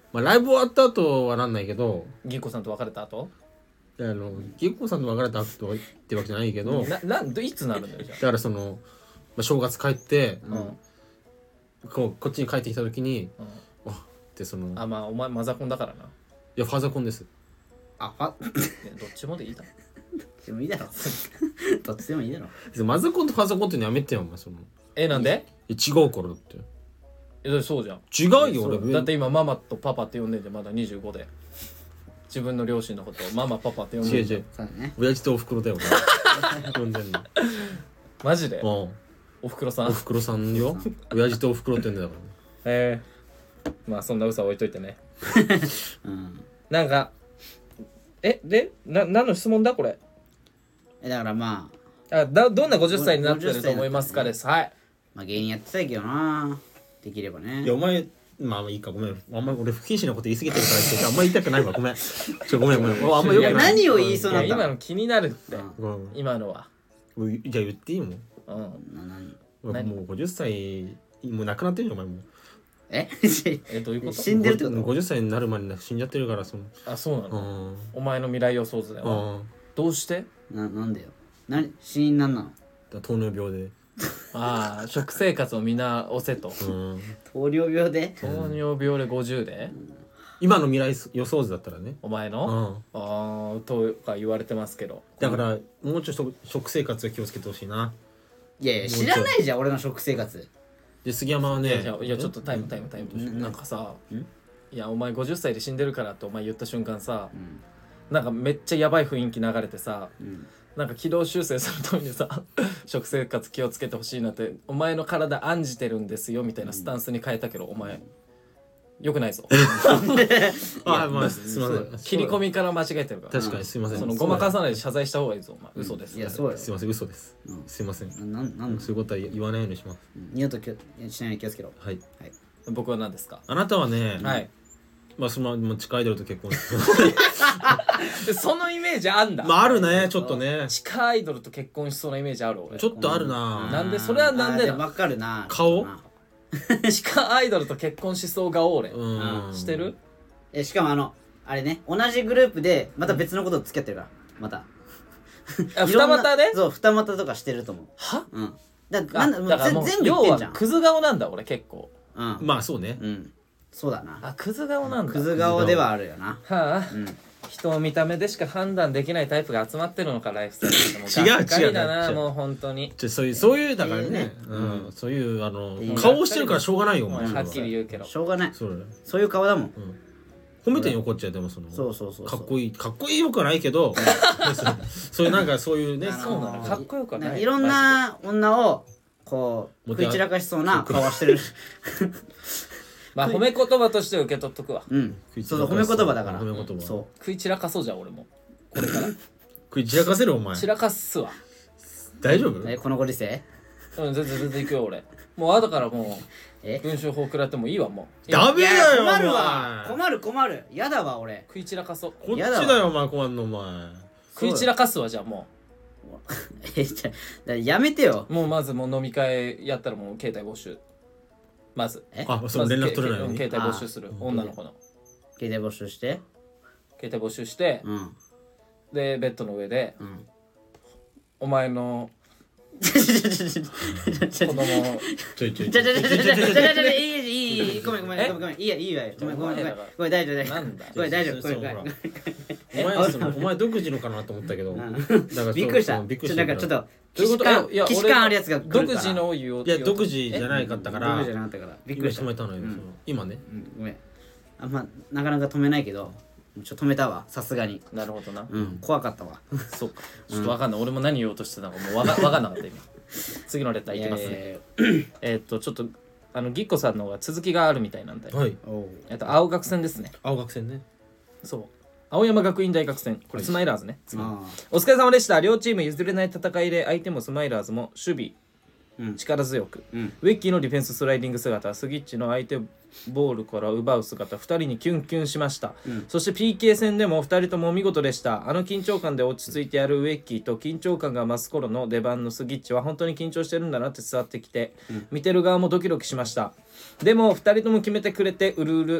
まあライブ終わった後はなんないけど、 ギッコさんと別れた後ギッコさんと別れた後ってわけじゃないけど、 いつなるんだよじゃだから正月帰って、 あ、 こっちに帰ってきた時に、 うんってあ、まあお前マザコンだからな。 いやファザコンです。 あどっちもでいいだろ。 でもいいだろどっちでもいいだろマザコンとファザコンってのやめてよお前なんで違うからだってそうじゃん。 違うよ俺だって今ママとパパって呼んでんでまだ25で自分の両親のことをママパパって呼んでんで違う違うそうだね親父とおふくろだよ俺呼んでんのマジでおおふくろさんふくろさんよ親父とおふくろって呼んでたからまあそんな嘘は置いといてね。 うんなんかで何の質問だこれ。 だからまどんな50歳になってると思いますかです。はい。 あ芸人やってたいけどなできればねいやお前まあいいかごめんあんまり俺不謹慎なこと言い過ぎてるからってあんまり言いたくないわごめんごめんあんまよくないいや何を言いそうになったの今の気になるってうん今のは。 じゃあ言っていいもん何もう50歳もう亡くなってるよお前もうえどういうこと。 死んでるってこと 50歳になる前に死んじゃってるからあ、そうなうの。 んお前の未来予想図だよ。どうしてなんでよ死因なんなの糖尿病でああ食生活を見直せと。 うん糖尿病で糖尿病で50で今の未来予想図だったらねお前うのんとか言われてますけど。 だからもうちょっと食生活は気をつけてほしいないやいや知らないじゃん俺の食生活で杉山はいねやちょっとタイムなんかさいやお前50歳で死んでるからってお前言った瞬間さうんなんかめっちゃやばい雰囲気流れてさうんなんか軌道修正するためにさ食生活気をつけてほしいなってお前の体案じてるんですよみたいなスタンスに変えたけどお前よくないぞあまあすみません切り込みから間違えてるから確かにすみませんそのごまかさないで謝罪した方がいいぞお前嘘ですいやそうよすみません嘘ですうんすみませんなんそういうことは言わないようにします二度としないように気をつけろはい僕は何ですか。 あなたはねはいまあそのまま地下アイドルと結婚してでそのイメージあんだ、 まああるねちょっとね地下アイドルと結婚しそうなイメージある俺ちょっとあるななんでそれはなんでなわかるな顔地下アイドルと結婚しそうが俺、 うんしてるしかもあれね同じグループでまた別のことと付き合ってるからまたあ二股でそう二股とかしてると思うはうんだだからもう全部言ってんじゃん要はクズ顔なんだ俺結構うんまあそうねうんそうだなあクズ顔なんだクズ顔ではあるよなはあ、 うん人を見た目でしか判断できないタイプが集まってるのかライフスタイルっても違うがっかりだ違うなもう本当にそういうだからねうんそういう顔をしてるからしょうがないよお前はっきり言うけどしょうがないそうだよそういう顔だもん褒めてんよこっちはでもそうかっこいいよくはないけどそういうなんかそういうねそうなのかっこよくはないいろんな女をこう食い散らかしそうな顔はしてるまあ褒め言葉として受け取っとくわうん食い散そうらかしそう褒め言葉だから褒め言葉そ食い散らかそうじゃん俺もこれから食い散らかせるお前散らかすわ大丈夫うこのご時世全然行くよ俺もう後からもえう文章法食らってもいいわもうダメだいやよ困るわお前困るやだわ俺食い散らかそうこっちだよお前困んのお前食い散らかすわじゃあもじゃやめてようまずもう飲み会やったらもう携帯募集まずあその連絡取れないように携帯募集する女の子の携帯募集して携帯募集してうんでベッドの上でうんお前の子供をちょいちょいじゃいいごめんいいやいいわよごめん大丈夫なんだごめん大丈夫そうお前独自のかなと思ったけどだからびっくりしたびっくりしたなんかちょっとどういうこといや既視感あるやつが来るから独自の言おういや独自じゃないかったから独自じゃなかったからびっくりした止めたのよ今ねごめんあんまなかなか止めないけどちょっと止めたわさすがになるほどな怖かったわそうかちょっとわかんない俺も何言おうとしてたのかもうわかんなかった今次のレターいきますねちょっとぎっこさんの方が続きがあるみたいなんではい青学戦ですね青学戦ねそう青山学院大学戦これスマイラーズね次あお疲れ様でした両チーム譲れない戦いで相手もスマイラーズも守備力強く、ウェッキーのディフェンススライディング姿スギッチの相手ボールから奪う姿2人にキュンキュンしました、そして PK 戦でも2人とも見事でした緊張感で落ち着いてやるウェッキーと緊張感が増す頃の出番のスギッチは本当に緊張してるんだなって伝わってきて、見てる側もドキドキしましたでも2人とも決めてくれてうるうる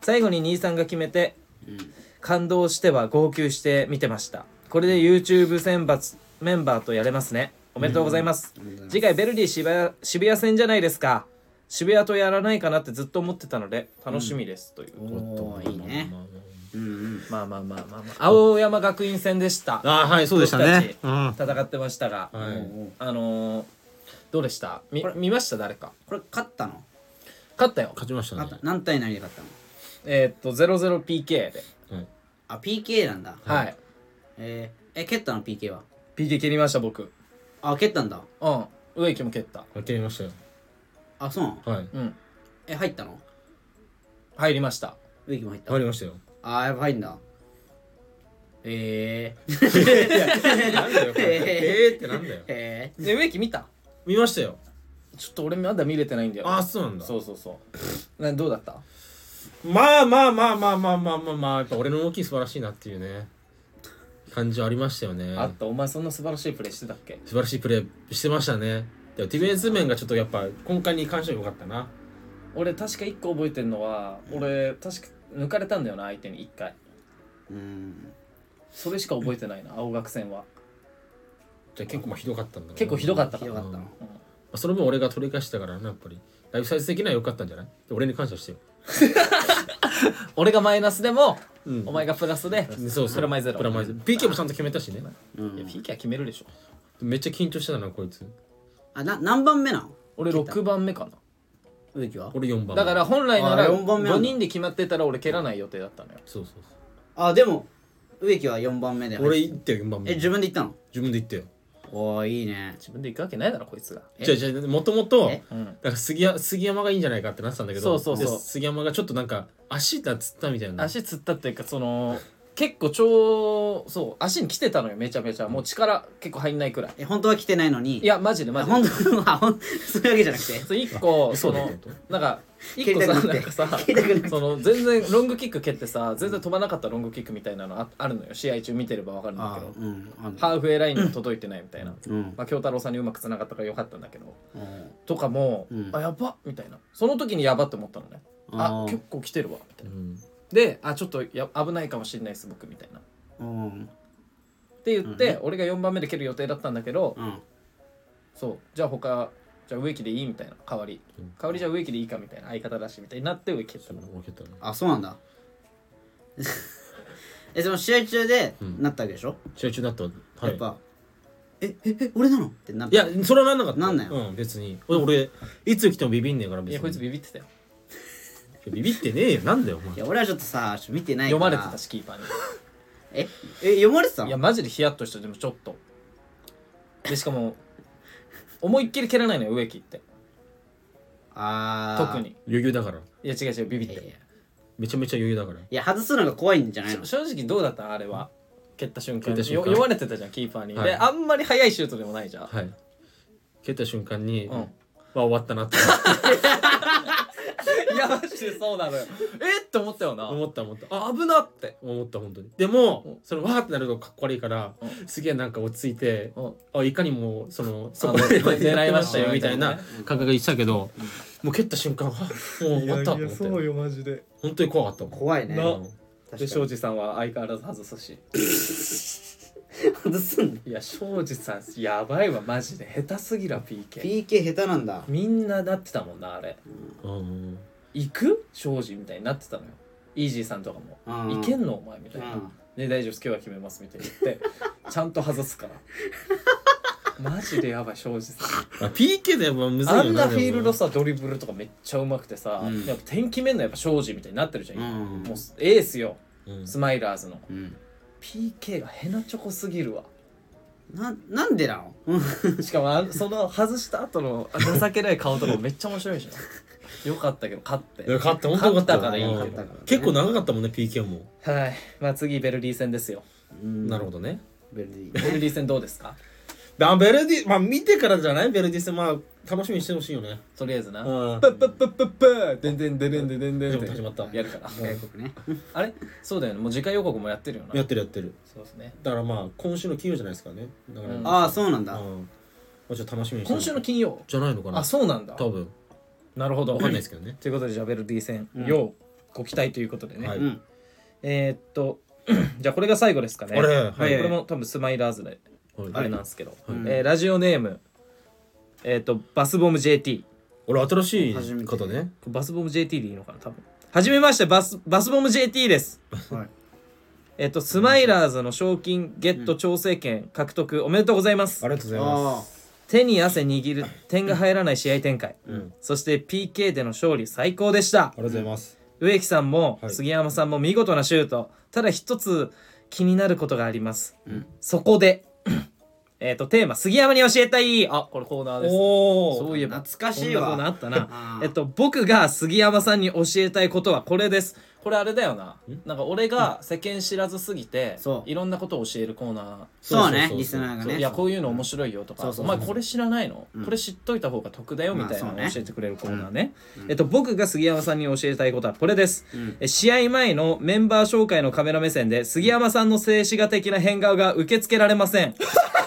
最後に兄さんが決めてうん感動しては号泣して見てました。これで YouTube 選抜メンバーとやれますね。おめでとうございます。次回ベルディ渋谷戦じゃないですか。渋谷とやらないかなってずっと思ってたので楽しみです、という。 おーいいね。うんうん。 まあ青山学院戦でした。 あはいそうでしたね。 僕たち戦ってましたが、 はいどうでした？見ました？誰かこれ勝ったの？ 勝ったよ。 勝ちましたね。 何対何で勝ったの 00PK で。 あ、PK なんだ。 はい。 蹴ったの PK は？ PK 蹴りました僕。 あ、蹴ったんだ。 植木も蹴った。 蹴りましたよ。 あ、そうなの？ はい。 入ったの？ 入りました。 植木も入った？ 入りましたよ。 あ、やっぱ入んだ。 なんだよこれ。ってなんだよ。 で植木見た？ 見ましたよ。 ちょっと俺まだ見れてないんだよ。 あそうなんだ。 そうどうだった？ まあやっぱ俺の動き素晴らしいなっていうね感じはありましたよね。 あった。お前そんな素晴らしいプレーしてたっけ？ 素晴らしいプレーしてましたね。でもディフェンス面がちょっとやっぱ今回に関しては良かったな。 俺確か1個覚えてるのは、俺確か抜かれたんだよな、相手に1回。それしか覚えてないな、青学戦は。 じゃあ結構まあひどかったんだろうな。 結構ひどかったから。 ひどかったの。 その分俺が取り返したからな、やっぱりライフサイズ的には良かったんじゃない？俺に感謝してよ。 俺がマイナスでも、 うんお前がプラスで、 そうプラマイゼロ。 プラマイゼロ。PK もちゃんと決めたしね。 いや PK は決めるでしょ。 めっちゃ緊張してたなこいつ。 何番目なの？ 俺6番目かな。 植木は？ 俺4番目。 だから本来なら 4番目なん 5 だ人で決まってたら俺蹴らない予定だったのよ。 そうあ、でも植木は4番目で。 俺行ってよ4番目。 自分で行ったの？ 自分で行ってよ。 おー、いいね。 自分で行くわけないだろこいつが。 じゃあもともとだうんから杉山がいいんじゃないかってなってたんだけど、 そうで杉山がちょっとなんか足がつったみたいな。 足つったっていうか、その結構そう足に来てたのよ、めちゃめちゃ。もう力結構入んないくらい。 本当は来てないのに。 いやマジで本当そういうわけじゃなくて。 そう1個そのなんか1個さなんかさ、その全然ロングキック蹴ってさ、全然飛ばなかったロングキックみたいなのあるのよ。試合中見てれば分かるんだけど、ハーフウェイラインにも届いてないみたいな。まあ京太郎さんにうまくつながったからよかったんだけど、とかもあやばっみたいな。その時にやばって思ったのね。あ結構来てるわみたいな。でちょっと危ないかもしれないです僕みたいな。って言って、俺が4番目で蹴る予定だったんだけど、そうじゃあ植木でいいみたいな。代わりじゃあ植木でいいかみたいな、相方だしみたいになって植木蹴ったの。 あ、そうなんだ。その試合中でなったわけでしょ？ 試合中だった。やっぱ俺なのってなった。 いやそれはなんなかった。 なんなよ。 別に俺いつ来てもビビんねえから別に。 いやこいつビビってたよ。 ビビってねえよ。なんだよお前。 いや俺はちょっとさ見てないから。 読まれてたしキーパーに。 読まれてたの？ いやマジでヒヤッとした。でもちょっとでしかも思いっきり蹴らないのよ植木って。特に余裕だから。 いや違うビビって。 めちゃめちゃ余裕だから。 いや外すのが怖いんじゃないの？ 正直どうだったあれは。蹴った瞬間読まれてたじゃんキーパーに。であんまり速いシュートでもないじゃん。 はい。蹴った瞬間に終わったなって。 いやマジでそうなのよ。って思ったよな。 思った。 危なって思った本当に。でもそのわーってなるとかっこ悪いからすげえなんか落ち着いていかにもそこまで狙いましたよみたいな感覚で言ってたけど、もう蹴った瞬間もう終わったと思って。 そうよマジで本当に怖かったもん。 怖いね。 で庄司さんは相変わらず外すし。 外すんの？ いや庄司さんやばいわマジで。下手すぎるわ PK 下手なんだ。 みんななってたもんなあれ。行く庄司みたいになってたのよ。イージーさんとかもいけんのお前みたいな。ね大丈夫です今日は決めますみたいに言ってちゃんと外すから。マジでやばい庄司さん。 PK でやっぱむずいよな。 あんなフィールドさドリブルとかめっちゃうまくてさ、やっぱ点決めんのやっぱ庄司みたいになってるじゃん。もうエースよ、スマイラーズの。PK がヘナチョコすぎるわ。 なんでなの？しかもその外した後の情けない顔とかめっちゃ面白いじゃん。よかったけど勝って本当によかったからいいけど。 結構長かったもんね PK も。 はい。まあ次ベルディ戦ですよ。 なるほどね。 ベルディ戦どうですか？ ベルディ見てからじゃない？ベルディ戦楽しみにしてほしいよね。 とりあえずな。 プップップップップーでんでんでんでんでんでんって始まった。 やるから。 外国ね。 あれそうだよね。もう次回予告もやってるよな。 やってる。 そうですね。 だから今週の金曜じゃないですかね。だからああそうなんだ。 ちょっと楽しみにして。 今週の金曜じゃないのかな。 あそうなんだ。 多分。 なるほど。 わかんないですけどね。 ということでじゃあベルディ戦よご期待ということでね、 はいうんじゃあこれが最後ですかね。 あれはいはいこれも多分スマイラーズではいあれなんですけど、 はいラジオネームバスボム JT。 俺新しい方ね。 バスボム JT でいいのかな多分。はじめましてバスボム JT です。 はいスマイラーズの賞金ゲット調整権獲得おめでとうございます。 ありがとうございます。 手に汗握る点が入らない試合展開、 うんそして PK での勝利最高でした。 ありがとうございます。 植木さんもはい杉山さんも見事なシュート。ただ一つ気になることがあります、 んそこでテーマ杉山に教えたいこれコーナーですおそういえば懐かしいわこんなコーナーあったなあー僕が杉山さんに教えたいことはこれです。これあれだよな、なんか俺が世間知らずすぎて、 そういろんなことを教えるコーナー。 そうねそうそうそうリスナーがねいやこういうの面白いよとか、 そうそうそうお前これ知らないの、 うんこれ知っといた方が得だよみたいなのをまあそうね教えてくれるコーナーね、僕が杉山さんに教えたいことはこれです、 うん試合前のメンバー紹介のカメラ目線で杉山さんの静止画的な変顔が受け付けられません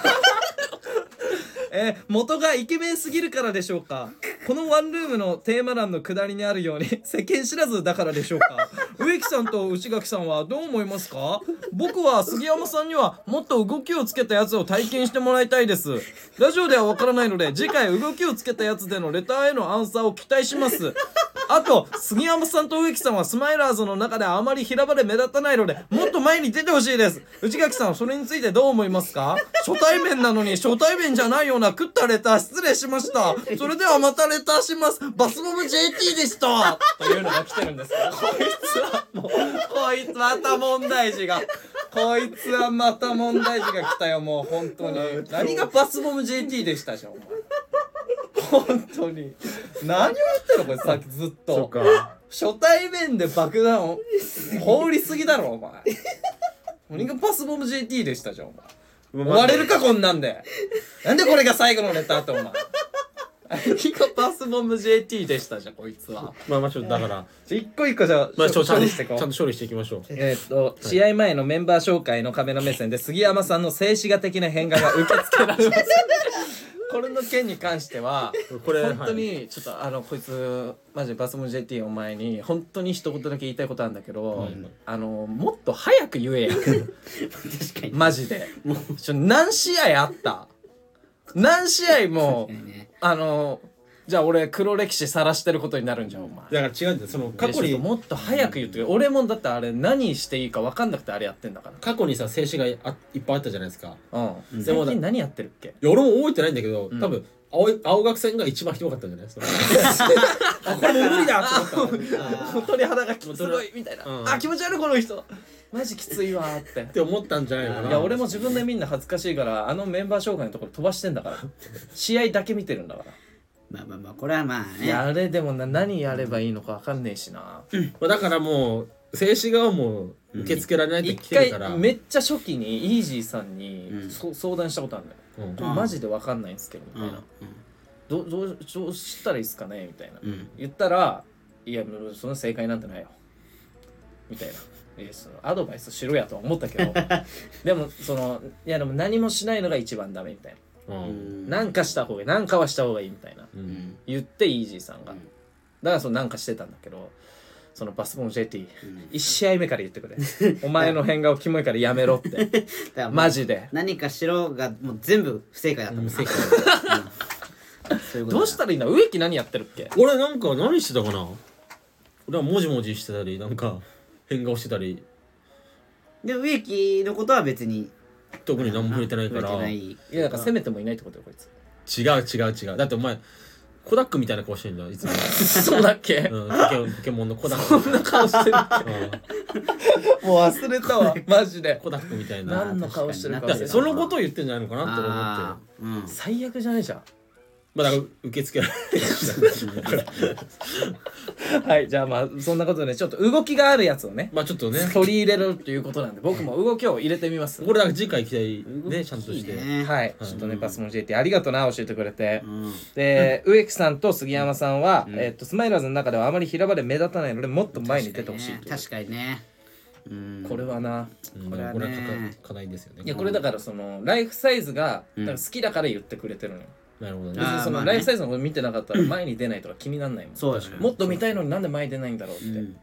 元がイケメンすぎるからでしょうか。このワンルームのテーマ欄の下りにあるように世間知らずだからでしょうか。植木さんと内垣さんはどう思いますか。僕は杉山さんにはもっと動きをつけたやつを体験してもらいたいです。ラジオではわからないので次回動きをつけたやつでのレターへのアンサーを期待します。あと杉山さんと植木さんはスマイラーズの中であまり平場で目立たないのでもっと前に出てほしいです。内垣さんはそれについてどう思いますか。初対面なのに初対面じゃないような食ったレター失礼しました。それではまたレターします。バスボム JT でしたというのが来てるんですけど、こいつまた問題児が問題児が来たよ。もう本当に何がバスボム JT でしたじゃんお前。本当に何を言ってんのこれさっきずっと。 そうか。 初対面で爆弾を放りすぎだろお前。何がバスボム JT でしたじゃんお前。終われるかこんなんで。なんでこれが最後のネタってお前。何がバスボム JT でしたじゃんこいつは。 まあちょっとだから一個一個じゃあ、 まあちゃんと処理していこう。 処理していきましょう。 試合前のメンバー紹介のカメラ目線で杉山さんの静止画的な変顔が受け付けられます。これの件に関してはこれ本当にちょっとこいつマジでバスボム JT お前に本当に一言だけ言いたいことあるんだけど、もっと早く言えや確かにマジで何試合あった何試合もねじゃあ俺黒歴史晒してることになるんじゃんお前。 だから違うんだよ。その過去ちょっとにもっと早く言ってくれ。俺もだってあれ何していいか分かんなくてあれやってんだか過去にさ静止画いっぱいあったじゃないですか。 ら。 でも最近何やってるっけ。 いや俺も覚えてないんだけど、多分青学線が一番ひどかったんじゃないですか。あこれもう無理だって思ったっ鳥肌がすごいみたいな、 うん気持ち悪いこの人マジきついわーってて思ったんじゃないのかな。 いや俺も自分で見んな恥ずかしいからメンバー紹介のところ飛ばしてんだから試合だけ見てるんだからまあこれはまあねいやあれでも何やればいいのか分かんねえしな、 まあだからもう静止画はもう受け付けられないって一来てるから。 回めっちゃ初期にイージーさんに、相談したことあるんだよ、 うんでもマジで分かんないんですけどみうんたいな、どうしたらいいっすかねみたいな、 うん言ったらいやもうその正解なんてないよみたいな。そのアドバイスしろやとは思ったけどでもいやでも何もしないのが一番ダメみたいうんな、なんかした方がいいなんかはした方がいいみたいなうん言ってイージーさんが、 うんだからなんかしてたんだけどそのバスボム JT、1試合目から言ってくれお前の変顔キモいからやめろってだからもうマジで何かしろがもう全部不正解だったもん正解そういうことだどうしたらいいんだ植木何やってるっけ。 俺なんか何してたかな。俺はもじもじしてたりなんか変顔してたりで植木のことは別に特に何も触れてないから。 触れてないいやだから攻めてもいないってことよこいつ。 違うだってお前コダックみたいな顔してんじゃんいつも。 そうだっけ、 うんポケモンのコダック。 そんな顔してるっけもう忘れたわマジでコダックみたいな。 何の顔してるかだ忘れたってそのことを言ってんじゃないのかなって思って。 あーうん最悪じゃないじゃん。 まあだから受け付けられない。 はいじゃあまあそんなことでちょっと動きがあるやつをねまあちょっとね。 取り入れるっていうことなんで僕も動きを入れてみます。 これだから次回期待ねちゃんとして。 いいねはいちょっとねバスモン JT ありがとうな教えてくれて、 うんで植木さんと杉山さんは、 んスマイラーズの中ではあまり平場で目立たないのでもっと前に出てほしいという確かにねうんこれはなうんこれはねこれは課題ですよね。 いやこれだからライフサイズがうんなんか好きだから言ってくれてるのよ、 なるほどね。 別にまあねライフサイズのこと見てなかったら前に出ないとか気になんないもん、 そうだねもっと見たいのになんで前に出ないんだろうって、 うん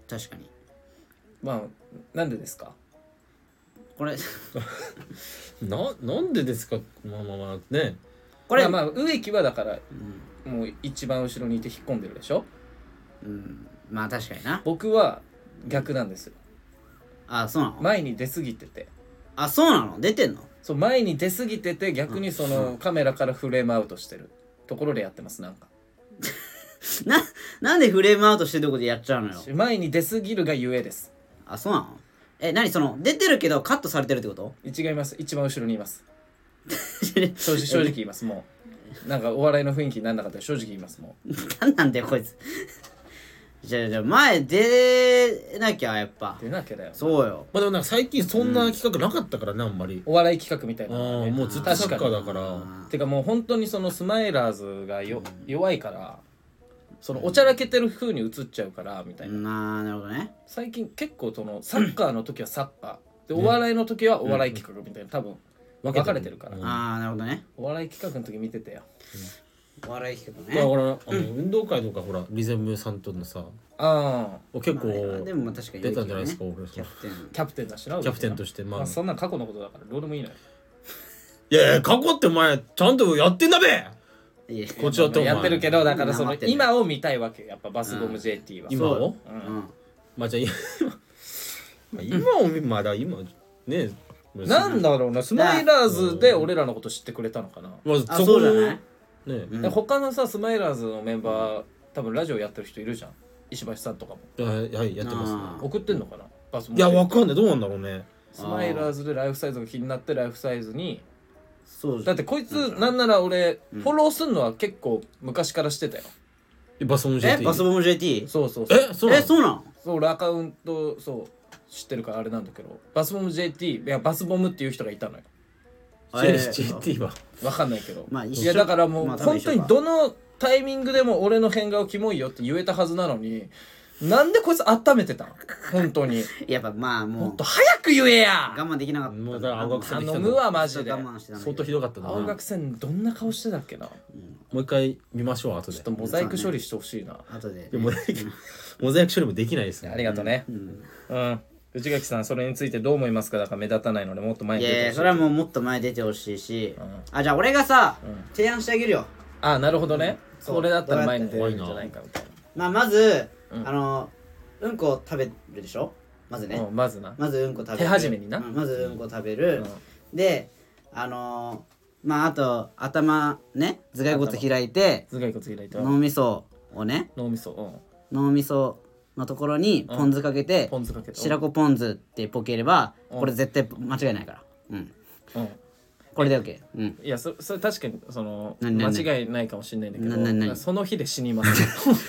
確かにまあなんでですか？ これなんでですか。まあまあまあね。 これまあ植木はだからもう一番後ろにいて引っ込んでるでしょ。 まあ確かにな。 僕は逆なんですよ。 そうなの。 前に出過ぎてて、 そうなの。出てんの。 そう前に出過ぎてて逆にそのカメラからフレームアウトしてるところでやってます。なんかなんでフレームアウトしてるとこでやっちゃうのよ。 前に出過ぎるがゆえです。 そうなの。何その出てるけどカットされてるってこと？ 違います。一番後ろにいます正直言います。もうなんかお笑いの雰囲気にならなかったら正直言います。もうなんなんだよこいつじゃあ前出なきゃやっぱ。 出なきゃだよ。 そうよ。 まあでもなんか最近そんな企画なかったからね、あんまり。 お笑い企画みたいなのがね、 もうずっとサッカーだからてかもう本当にそのスマイラーズが弱いからそのおちゃらけてる風に映っちゃうからみたいな。 なるほどね。 最近結構そのサッカーの時はサッカーでお笑いの時はお笑い企画みたいな多分分かれてるから。 なるほどね。 お笑い企画の時見てたよ。 お笑い企画だね。 から運動会とかほらリゼムさんとのさ結構でも確かに出たんじゃないですか。俺キャプテン。 キャプテンだしな。 キャプテンとしてまあそんなん過去のことだからどうでもいいのよ。 いやいや過去ってお前ちゃんとやってんだべ。こっちだとやってるけどだからそのなまってんね今を見たいわけよやっぱバスボム JT は。 今をまあじゃあ今をまだ今ねなんだろうな、スマイラーズで俺らのこと知ってくれたのかな。 まずそうじゃないね他のさスマイラーズのメンバー多分ラジオやってる人いるじゃん。石橋さんとかもはいやってますね。 送ってんのかな。バスボムいやわかんないどうなんだろうね。 スマイラーズでライフサイズが気になってライフサイズにそうだってこいつなんなら俺フォローすんのは結構昔からしてたよ。 バスボム JT。 バスボム JT？ そうそうそうなの。 そうなの？ そう俺アカウントそう知ってるからあれなんだけどバスボム JT いやバスボムっていう人がいたのよ。 JT はわかんないけど、 まあ一緒いやだからもうまあ多分本一緒か当にどのタイミングでも俺の変顔キモいよって言えたはずなのになんでこいつ温めてたん本当にやっぱまあもうもっと早く言えや。 我慢できなかった。 もうだから青学生できた飲むわマジで。 我慢してたんだけど相当ひどかったな。も青学生どんな顔してたっけな。 う一回見ましょう後で。 ちょっとモザイク処理してほしいな。 後でいやモザイク処理もできないですね。 ありがとうね。内垣さんそれについてどう思いますか。だから目立たないのでもっと前にいやいや出てほしい。 それはもうもっと前出てほしいし、じゃあ俺がさ提案してあげるよ。 なるほどね。 そうそれだったら前に出るんじゃないかみたいまずうんこ食べるでしょまずね。 な。まずな。 まずうんこ食べる。 手始めになまずうんこ食べる。でまああと頭ね頭蓋骨開いて頭蓋骨開いて脳みそをね脳みそ脳みそのところにポン酢かけてポン酢かけて白子ポン酢ってポケればこれ絶対間違いないからこれで OK。 いやそれ確かにその何間違いないかもしれないんだけ何どその日で死にます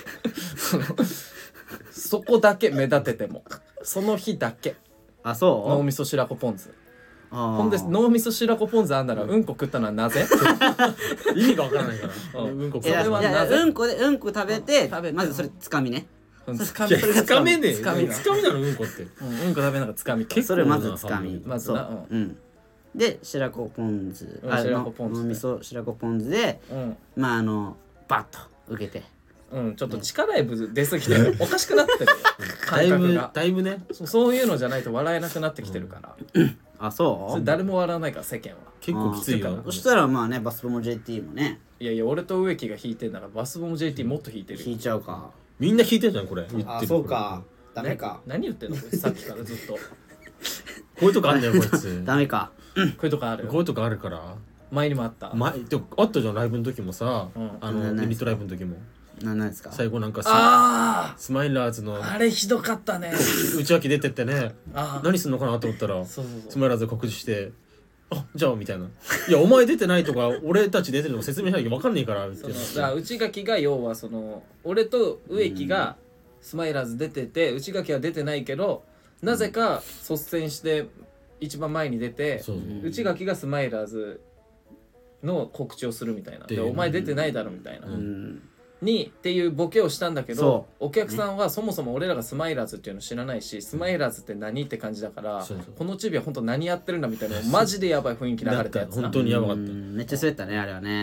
そこだけ目立ててもその日だけそう脳みそ白子ポン酢ほほんで脳みそ白子ポン酢あんならうんこ食ったのはなぜ意味がわからないからうんこいやそれはなぜうんこ食べて食べてまずそれつかみねつかみつかめねえつかみなつかみなのうんこってうんこ食べながらつかみそれまずつかみまずなで白子ポン酢白子ポン酢脳みそ白子ポン酢でまあバッと受けてちょっと力いぶ出すぎておかしくなってるよだいぶ感覚がだいぶねそういうのじゃないと笑えなくなってきてるからそそれ誰も笑わないから世間は。 結構きついよ。 そしたらまあねバスボム JT もねいやいや俺と植木が弾いてんだからバスボム JT もっと弾いてるよ。 引いちゃうか。 みんな聞いてるじゃんこれ言ってる。 そうかダメか。 何言ってんのさっきからずっとここういうとこあんだよこいつ。 ダメか。 ういうとこあるこういうとこあるから。 前にもあった。 でもあったじゃんライブの時もさ何ユニットライブの時もなんですか。 最後なんかスマイラーズのあれひどかったね。 内訳出てってねあ何すんのかなと思ったらそうスマイラーズ告知してじゃあみたいないやお前出てないとか俺たち出てるの説明しなきゃ分かんねえからみたいな。 だから内垣が要はその俺と植木がスマイラーズ出てて内垣は出てないけどなぜか率先して一番前に出て内垣がスマイラーズの告知をするみたいなでお前出てないだろみたいなにっていうボケをしたんだけどお客さんはそもそも俺らがスマイラーズっていうの知らないしスマイラーズって何って感じだからこのチビは本当何やってるんだみたいなマジでやばい雰囲気流れたやつな。 本当にやばかった。 めっちゃ滑ったねあれはね。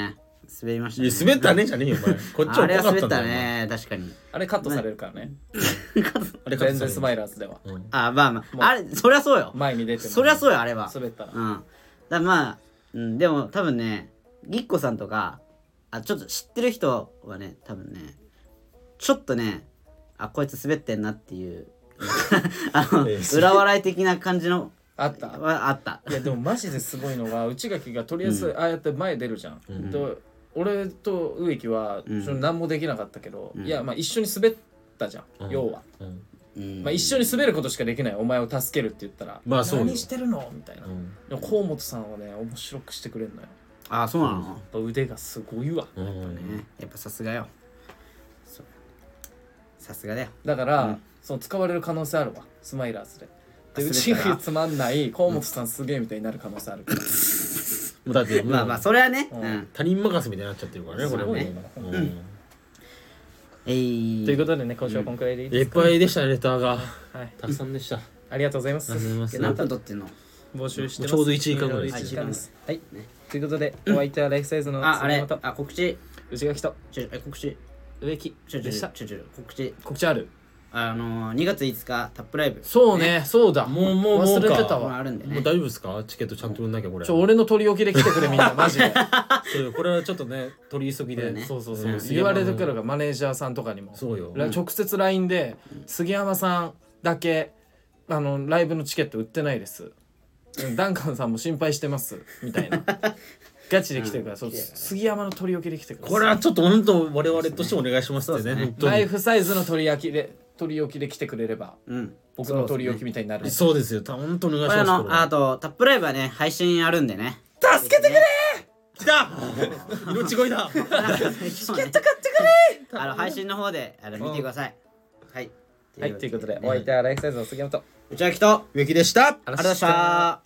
滑りましたいや滑ったねじゃねえよお前こっちあれは滑ったは怖かったんだよね確かにあれカットされるからねあれカットされる全然スマイラーズではうんあまあまああれそりゃそうよ前に出てもそりゃそうよあれは滑ったらだまあ、でも多分ねぎっこさんとかちょっと知ってる人はね多分ねちょっとねこいつ滑ってんなっていう裏笑い的な感じのあったはあったいやでもマジですごいのが内垣がとりあえずああやって前出るじゃん、で俺と植木は何もできなかったけど、いやまあ一緒に滑ったじゃん、要は、まあ、一緒に滑ることしかできないお前を助けるって言ったら、 まあそうよ何してるのみたいな、でも河本さんはね面白くしてくれるのよ。 そうなの、 やっぱ腕がすごいわ、 ねやっぱさすがよそうさすがだよだから、その使われる可能性あるわスマイラーズで。で内滑ったら垣つまんない河本さんすげえみたいになる可能性あるからもうだってまあまあそれはね他人任せみたいになっちゃってるからねこれもすごいよなということでね今週はこんくらいでいいいっですか、 ぱいでしたねレターがはい、 たくさんでしたありがとうございます。 ありがとうございます何分撮ってんの募集してます。 ちょうど1時間ぐらい 1 です時間です。はい。ということで、お相手はライフサイズのあれと告知内垣と告知植木でした。 告知告知ある？ 2月5日タップライブそうね、そうだ。 もう忘れてたわ。 もうあるんでねもう大丈夫ですかチケットちゃんと売んなきゃこれ俺の取り置きで来てくれみんなマジで。 そうこれはちょっとね取り急ぎでねそうそうそう。言われてくるがマネージャーさんとかにも。 そうよ直接 LINE で杉山さんだけライブのチケット売ってないです。ダンカンさんも心配してますみたいな。ガチで来てるから、そう杉山の取り置きで来てくる。 これはちょっと本当我々としてお願いしますってね本当にライフサイズの取り置きで来てくれれば、僕の取り置きみたいになる。 そうですよ本当お願いしこれますこれあとタップライブはね配信あるんでね助けてくれ来た命乞いだチケット買ってくれ配信の方で見てくださいはいはい、ということで、お相手はライフサイズの杉山と内垣と植木でしたありがとうございました